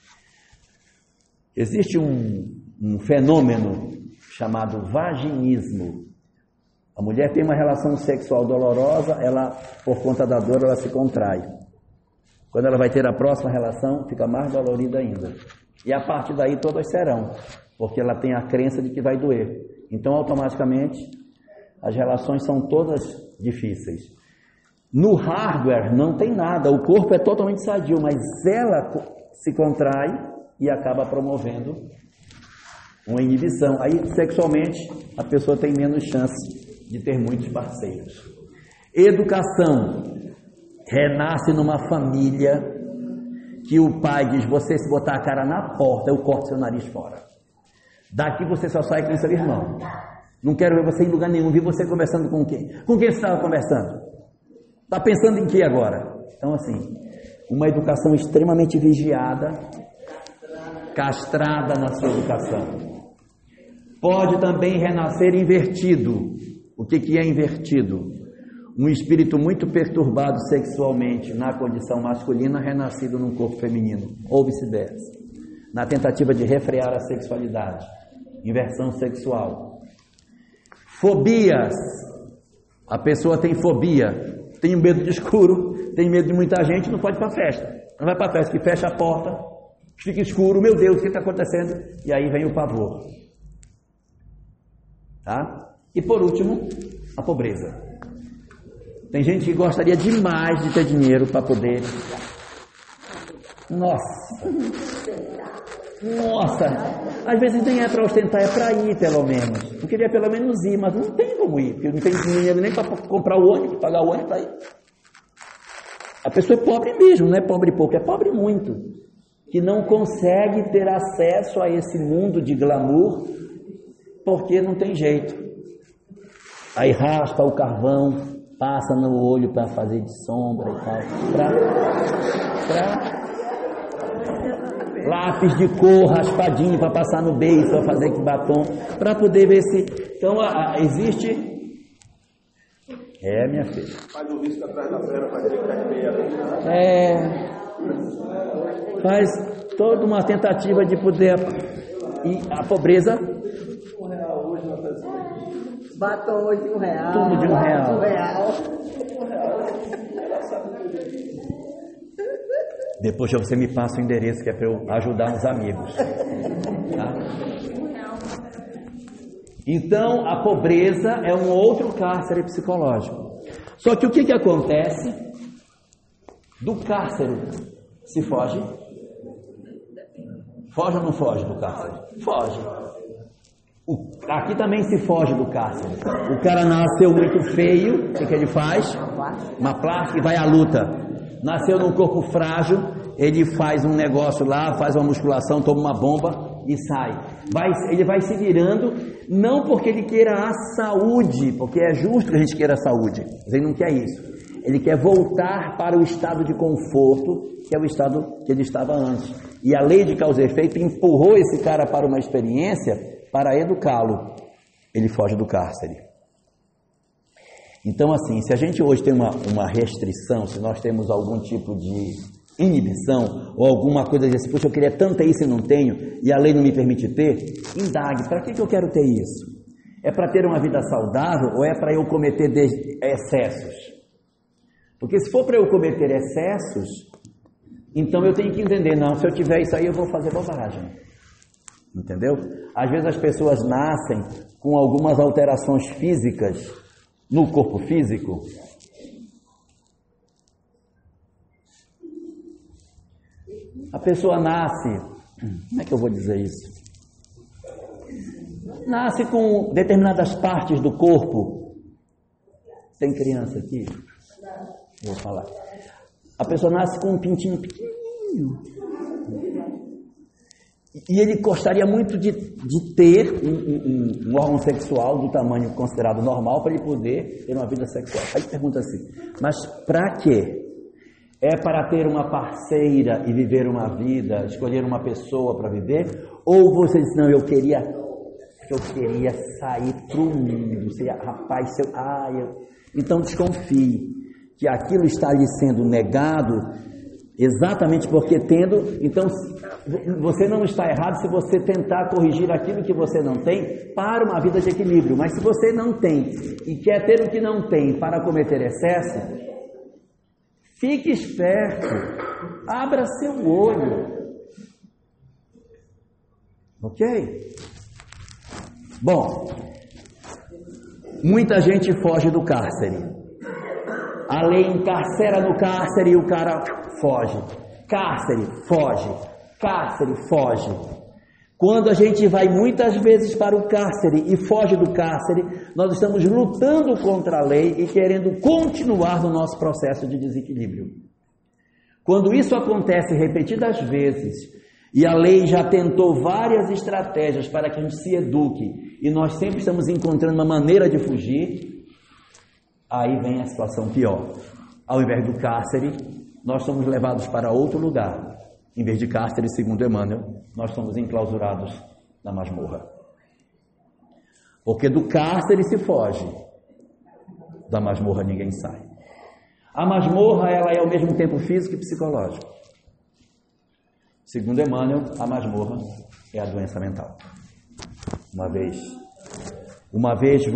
A: Existe um fenômeno chamado vaginismo. A mulher tem uma relação sexual dolorosa, ela, por conta da dor, ela se contrai. Quando ela vai ter a próxima relação, fica mais dolorida ainda. E a partir daí todas serão, porque ela tem a crença de que vai doer. Então, automaticamente, as relações são todas difíceis. No hardware não tem nada, o corpo é totalmente sadio, mas ela se contrai e acaba promovendo uma inibição. Aí, sexualmente, a pessoa tem menos chance de ter muitos parceiros. Educação. Renasce numa família que o pai diz, você se botar a cara na porta, eu corto seu nariz fora. Daqui você só sai com seu irmão. Não quero ver você em lugar nenhum. Vi você conversando com quem? Com quem você estava conversando? Está pensando em que agora? Então, assim, uma educação extremamente vigiada, castrada na sua educação. Pode também renascer invertido. O que é invertido? Um espírito muito perturbado sexualmente na condição masculina, renascido num corpo feminino, ou vice-versa. Na tentativa de refrear a sexualidade. Inversão sexual. Fobias. A pessoa tem fobia, tem medo de escuro, tem medo de muita gente, não pode ir para a festa. Não vai para a festa, que fecha a porta, fica escuro, meu Deus, o que está acontecendo? E aí vem o pavor. Tá? E por último, a pobreza. Tem gente que gostaria demais de ter dinheiro para poder... Nossa! Às vezes nem é para ostentar, é para ir pelo menos. Eu queria pelo menos ir, mas não tem como ir, porque não tem dinheiro nem para comprar o ônibus, pagar o ônibus para ir. A pessoa é pobre mesmo, não é pobre pouco, é pobre muito. Que não consegue ter acesso a esse mundo de glamour, porque não tem jeito. Aí raspa o carvão, passa no olho para fazer de sombra e tal, lápis de cor raspadinho para passar no beiço, para fazer que batom, para poder ver se... Então, existe... minha filha.
E: Faz o risco atrás da perna para dizer que está de meia.
A: Faz toda uma tentativa de poder... E a pobreza...
D: Batom de R$1.
A: Tudo de R$1. Depois você me passa o endereço que é para eu ajudar uns amigos. Tá? Então, a pobreza é um outro cárcere psicológico. Só que o que acontece? Do cárcere se foge? Foge ou não foge do cárcere? Foge. Aqui também se foge do cárcere. O cara nasceu muito feio, o que ele faz? Uma plástica e vai à luta. Nasceu num corpo frágil, ele faz um negócio lá, faz uma musculação, toma uma bomba e sai. Ele vai se virando, não porque ele queira a saúde, porque é justo que a gente queira a saúde, mas ele não quer isso. Ele quer voltar para o estado de conforto, que é o estado que ele estava antes. E a lei de causa e efeito empurrou esse cara para uma experiência para educá-lo. Ele foge do cárcere. Então, assim, se a gente hoje tem uma restrição, se nós temos algum tipo de inibição, ou alguma coisa desse, puxa, eu queria tanto ter isso e não tenho, e a lei não me permite ter, indague, para que eu quero ter isso? É para ter uma vida saudável ou é para eu cometer excessos? Porque se for para eu cometer excessos, então eu tenho que entender, não, se eu tiver isso aí eu vou fazer bobagem. Entendeu? Às vezes as pessoas nascem com algumas alterações físicas no corpo físico. A pessoa nasce, como é que eu vou dizer isso? Nasce com determinadas partes do corpo. Tem criança aqui? Vou falar. A pessoa nasce com um pintinho pequenininho. E ele gostaria muito de ter um órgão sexual do tamanho considerado normal para ele poder ter uma vida sexual. Aí pergunta assim, mas para quê? É para ter uma parceira e viver uma vida, escolher uma pessoa para viver? Ou você diz, não, eu queria sair para o mundo, rapaz, então desconfie que aquilo está lhe sendo negado exatamente porque então você não está errado se você tentar corrigir aquilo que você não tem para uma vida de equilíbrio, mas se você não tem e quer ter o que não tem para cometer excesso, fique esperto, abra seu olho, ok? Bom, muita gente foge do cárcere. A lei encarcera no cárcere e o cara foge. Cárcere, foge. Cárcere, foge. Quando a gente vai muitas vezes para o cárcere e foge do cárcere, nós estamos lutando contra a lei e querendo continuar no nosso processo de desequilíbrio. Quando isso acontece repetidas vezes e a lei já tentou várias estratégias para que a gente se eduque e nós sempre estamos encontrando uma maneira de fugir, aí vem a situação pior. Ao invés do cárcere, nós somos levados para outro lugar. Em vez de cárcere, segundo Emmanuel, nós somos enclausurados na masmorra. Porque do cárcere se foge, da masmorra ninguém sai. A masmorra, ela é ao mesmo tempo físico e psicológico. Segundo Emmanuel, a masmorra é a doença mental. Uma vez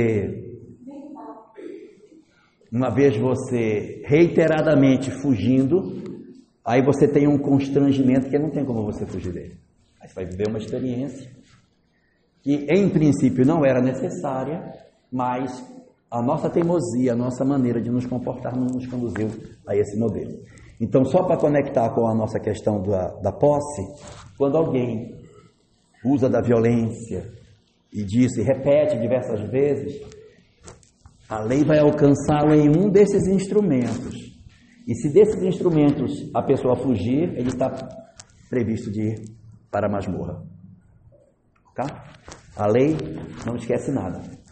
A: você reiteradamente fugindo, aí você tem um constrangimento que não tem como você fugir dele. Aí você vai viver uma experiência que em princípio não era necessária, mas a nossa teimosia, a nossa maneira de nos comportar não nos conduziu a esse modelo. Então, só para conectar com a nossa questão da posse, quando alguém usa da violência e diz e repete diversas vezes, a lei vai alcançá-lo em um desses instrumentos. E se desses instrumentos a pessoa fugir, ele está previsto de ir para a masmorra. Tá? A lei não esquece nada.